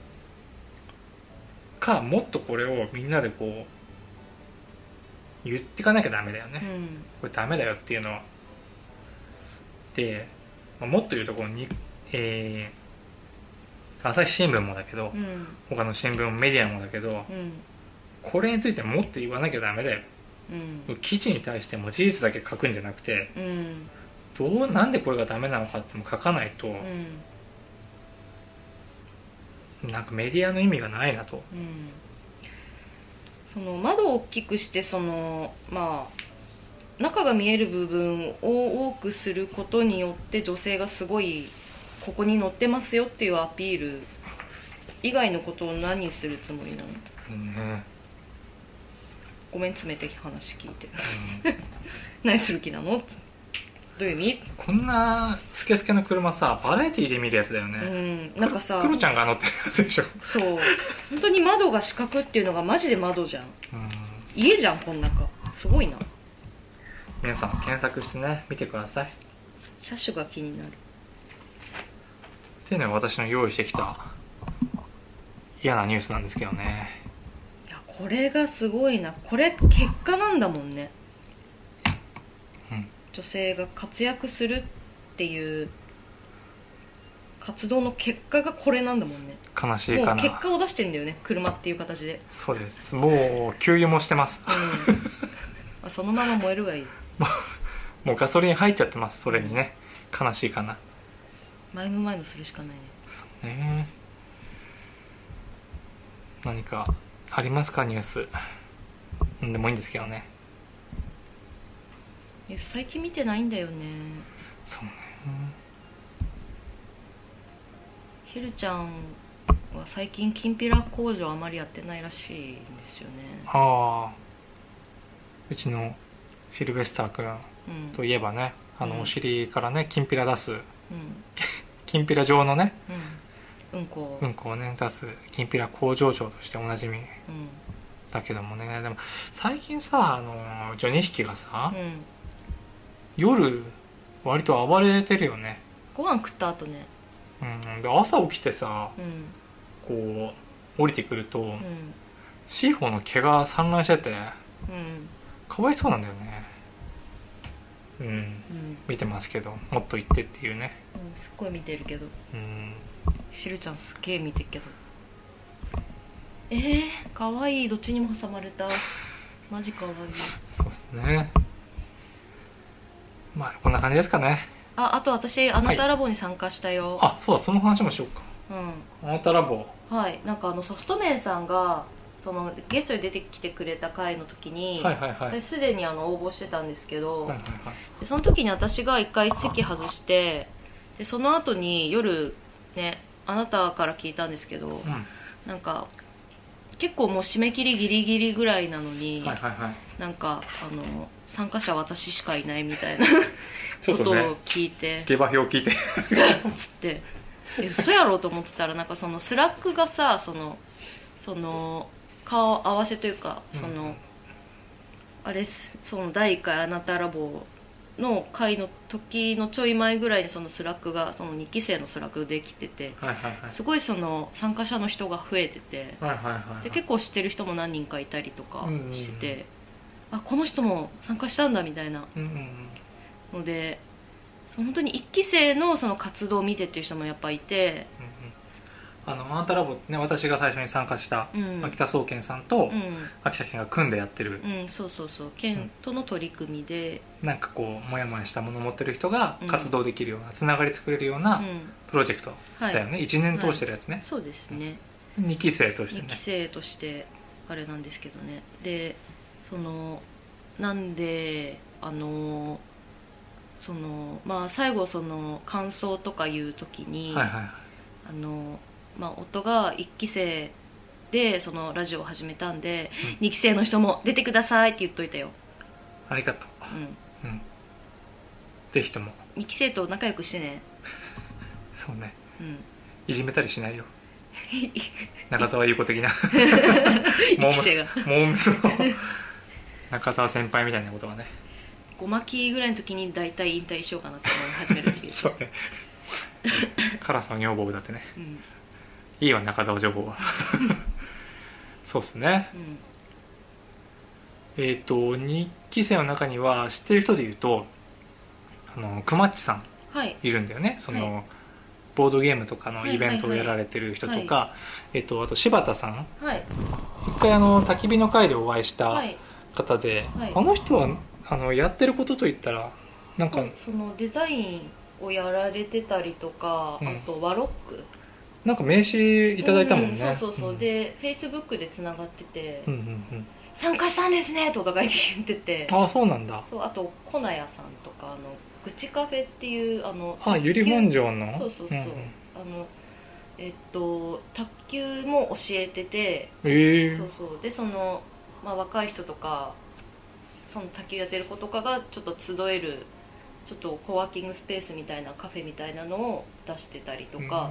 もっとこれをみんなでこう言っていかなきゃダメだよね、これダメだよっていうのは。で、もっと言うところに、朝日新聞もだけど、他の新聞メディアもだけど、これについてもっと言わなきゃダメだよ、記事に対しても事実だけ書くんじゃなくて、なんでこれがダメなのかっても書かないと、なんかメディアの意味がないなと。 その窓を大きくして中が見える部分を多くすることによって女性がすごいここに載ってますよっていうアピール以外のことを何するつもりなの？ごめん冷たい話聞いて、何する気なの？どういう意味？ こんなスケスケの車さバラエティーで見るやつだよね。 なんかさクロちゃんが乗ってるやつでしょ。 そう本当に窓が四角っていうのがマジで窓じゃん、家じゃんこん中。すごいな。 皆さん検索してね見てください。 車種が気になるっていうのが私の用意してきた嫌なニュースなんですけどね。 いやこれがすごいな。これ結果なんだもんね、女性が活躍するっていう活動の結果がこれなんだもんね。 悲しいかな。 もう結果を出してんだよね車っていう形で。 そうです。もう給油もしてます、 そのまま燃えるがいい。 もうガソリン入っちゃってます。それにね、悲しいかな。 前もするしかないね。 そうね。何かありますかニュース。なんでもいいんですけどね。 最近見てないんだよね。 そうね。 ひるちゃんは最近きんぴら工場あまりやってないらしいんですよね。 うちのシルベスター君といえばね、お尻からねきんぴら出す、きんぴら状のね、うんこをね出すきんぴら工場長としておなじみ、だけどもね。でも最近さうちの2匹がさ、夜割と暴れてるよね。 ご飯食った後ね。 で朝起きてさ、こう降りてくると、C4の毛が散乱してて、かわいそうなんだよね。見てますけど、もっと言ってっていうね。 すっごい見てるけど、しるちゃんすっげえ見てるけど、かわいい。どっちにも挟まれた。マジかわいい。 そうですね。こんな感じですかね。 あと私あなたラボに参加したよ。 そうだ、その話もしようか。あなたラボ、 なんかソフトメンさんがそのゲストに出てきてくれた回の時に、すでに応募してたんですけど、でその時に私が一回席外して、でその後に夜ねあなたから聞いたんですけど、なんか結構もう締め切りギリギリぐらいなのに、なんか参加者私しかいないみたいなことを聞いて、 下馬評聞いてつって嘘やろうと思ってたら、なんかそのスラックがさ、その顔合わせというかうんその、あれその第1回あなたラボの回の時のちょい前ぐらいにそのスラックがその2期生のスラックできてて、 はいはいはいすごいその参加者の人が増えてて、 はいはいはいで結構知ってる人も何人かいたりとかしてて、 うんあこの人も参加したんだみたいなうんうんうんので、その本当に1期生のその活動を見てっていう人もやっぱいて、 あなたラボね、私が最初に参加したうん秋田総研さんとうん秋田県が組んでやってる、 うん、そうそうそう県との取り組みで、 なんかこうモヤモヤしたものを持ってる人がうん活動できるような、つながり作れるようなうんプロジェクトはいだよね、1年通してるやつね、 そうですね、 2期生として 2 ね期生としてあれなんですけどね。でそのなんでそのまあ最後その感想とか言う時に、 はいはいはい夫が1期生でそのラジオを始めたんで、2期生の人も出てくださいって言っといたよ、 ありがとうう、ぜひともん、2期生と仲良くしてね、 そうね、 うんいじめたりしないよ中澤優子的な 1期生がもうそう中澤先輩みたいなことはね 5巻きぐらいの時に大体引退しようかなって思い始めるっていうそうねカラスの女房だってね、 うんいいわ中澤女房はそうっすね。 うん 2期生の中には知ってる人でいうとくまっちさんはいいるんだよね、その、 はボードゲームとかのイベントをやられてる人とか、あと柴田さん、 はい一回焚き火の会でお会いしたはい方で、 はいあの人はやってることといったらなんかそのデザインをやられてたりとか、 うんあとワロックなんか名刺いただいたもんね、 そうそうそう、 んでフェイスブックでつながってて、 うんうん参加したんですねとお互いに言ってて、 ああそうなんだ。 そうあと粉屋さんとかぐちカフェっていう由利本荘のそうそうそう、 んん卓球も教えてて、そうそうでその、若い人とかその卓球やってる子とかがちょっと集えるちょっとコワーキングスペースみたいなカフェみたいなのを出してたりとか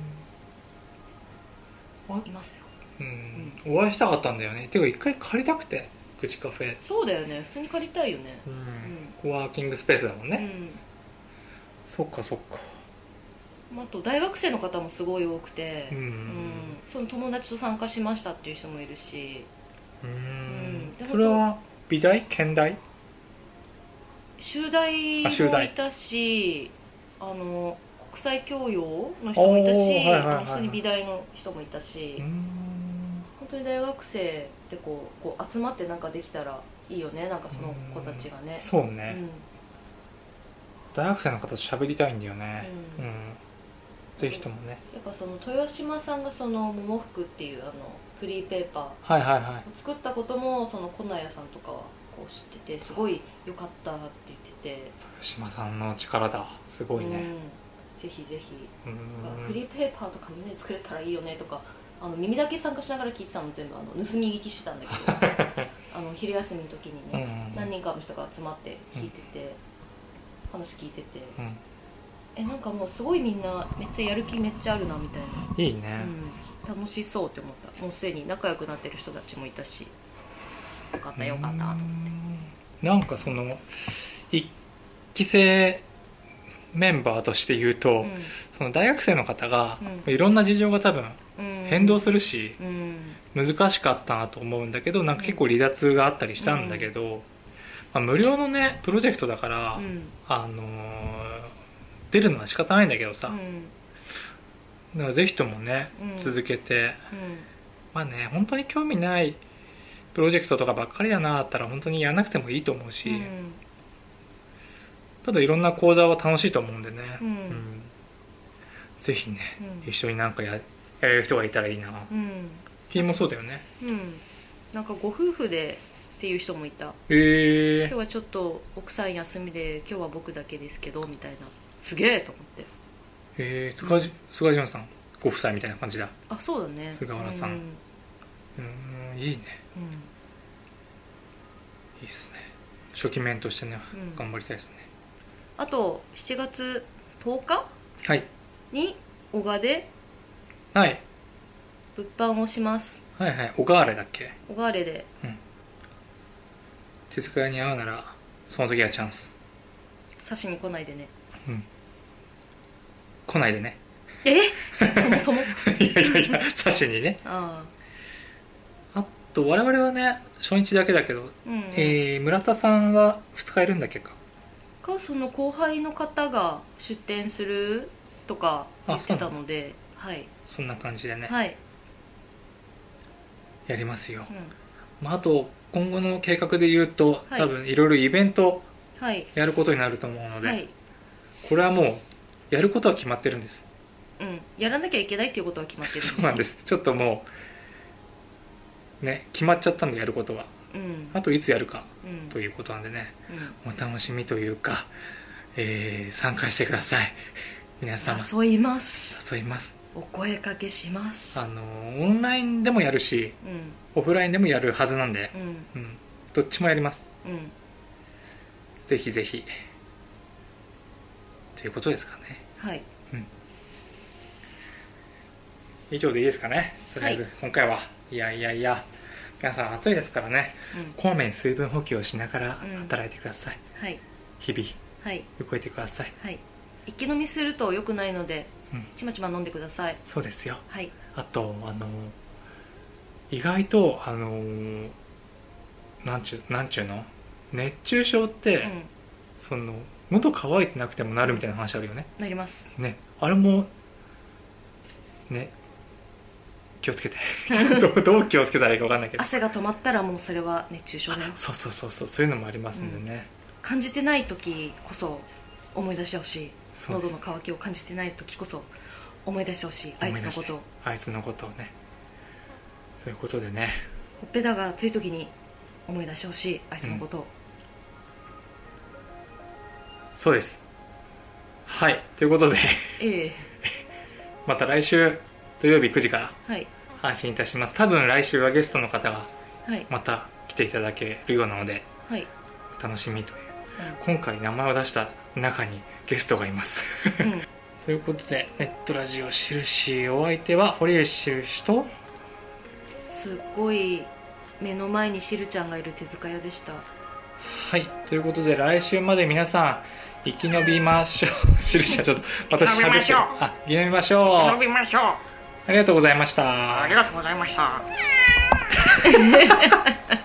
いますよ。 お会いしたかったんだよね。てか一回借りたくて、口カフェ、 そうだよね、普通に借りたいよね。 コワーキングスペースだもんね、 うんそっかそっか。 あと大学生の方もすごい多くて、 うんその友達と参加しましたっていう人もいるし、でそれは美大県大修大修大もいたし、国際教養の人もいたし、普通に美大の人もいたし、本当に大学生でこう集まってなんかできたらいいよね、なんかその子たちがね。 そうね、大学生の方と喋りたいんだよね、ぜひともね。 やっぱその豊島さんがその桃福っていうフリーペーパはいはいはいーを作ったこともその粉屋さんとかはこう知ってて、すごい良かったって言ってて、 豊島さんの力だ、すごいね、 ぜひぜひフリーペーパーとかみんなで作れたらいいよねとか、耳だけ参加しながら聞いてたの全部盗み聞きしてたんだけど昼休みの時にね、何人かの人が集まって聞いてて、話聞いてて、なんかもうすごいみんなめっちゃやる気めっちゃあるなみたいな、 いいね、 楽しそうって思った。もうすでに仲良くなってる人たちもいたし、よかったよかったと思って。 なんかその一期生メンバーとして言うと、その大学生の方が、いろんな事情が多分変動するし、難しかったなと思うんだけど、なんか結構離脱があったりしたんだけど、無料のねプロジェクトだから、出るのは仕方ないんだけどさ、だからぜひともね、続けて、本当に興味ないプロジェクトとかばっかりだなだったら本当にやらなくてもいいと思うし、ただいろんな講座は楽しいと思うんでね、ぜひね、一緒になんかやれる人がいたらいいな。君もそうだよね。 なんかご夫婦でっていう人もいた。今日はちょっと奥さん休みで今日は僕だけですけどみたいな、すげえと思って。 菅島さんご夫妻みたいな感じだ。 あ、そうだね、 菅原さん、いいね、いいっすね。初期面としてね、頑張りたいですね。 あと7月10日はいに男鹿ではい物販をします。 はいはい。小川原だっけ。 小川原で。 手塚屋に会うならその時はチャンス。 刺しに来ないでね。 来ないでね。 そもそもいやいやいや、刺しにね。あと我々はね初日だけだけど、村田さんは2日いるんだっけか。 その後輩の方が出店するとか言ってたので、はい、 そんな感じでね、 はい、 やりますよ。あと今後の計画で言うと、多分いろいろイベントやることになると思うので、これはもうやることは決まってるんです。 やらなきゃいけないっていうことは決まってる、 そうなんです。ちょっともうね決まっちゃったんで、やることは、あといつやるか、ということなんでね、お楽しみというか、参加してください皆様。 誘います。お声かけします。 オンラインでもやるし、オフラインでもやるはずなんで、どっちもやります、ぜひぜひということですかね。 はい、 以上でいいですかね。とりあえず今回は、いや皆さん暑いですからね、こまめに水分補給をしながら働いてください、日々、動いてください。 一気飲みすると良くないので、ちまちま飲んでください。 そうですよ。あと意外となんちゅうの、熱中症って、その喉乾いてなくてもなるみたいな話あるよね。 なりますね。あれもね、気をつけてどう気をつけたらいいか分かんないけど、 汗が止まったらもうそれは熱中症だよ。 そういうのもありますんでね、 感じてない時こそ思い出してほしい。喉の渇きを感じてない時こそ思い出してほしい、あいつのことをね。ということでね、 ほっぺたが熱い時に思い出してほしい、あいつのことを、 そうです。はい、ということでまた来週土曜日9時から配信いたします。多分来週はゲストの方がまた来ていただけるようなので、お楽しみという、今回名前を出した中にゲストがいますということで、ネットラジオしるし、お相手は堀内しるしと、 すっごい目の前にしるちゃんがいる手塚屋でした。 はい、ということで来週まで皆さん生き延びましょう。しるしはちょっと私しゃべってる。生き延びましょう。ありがとうございました。 ありがとうございました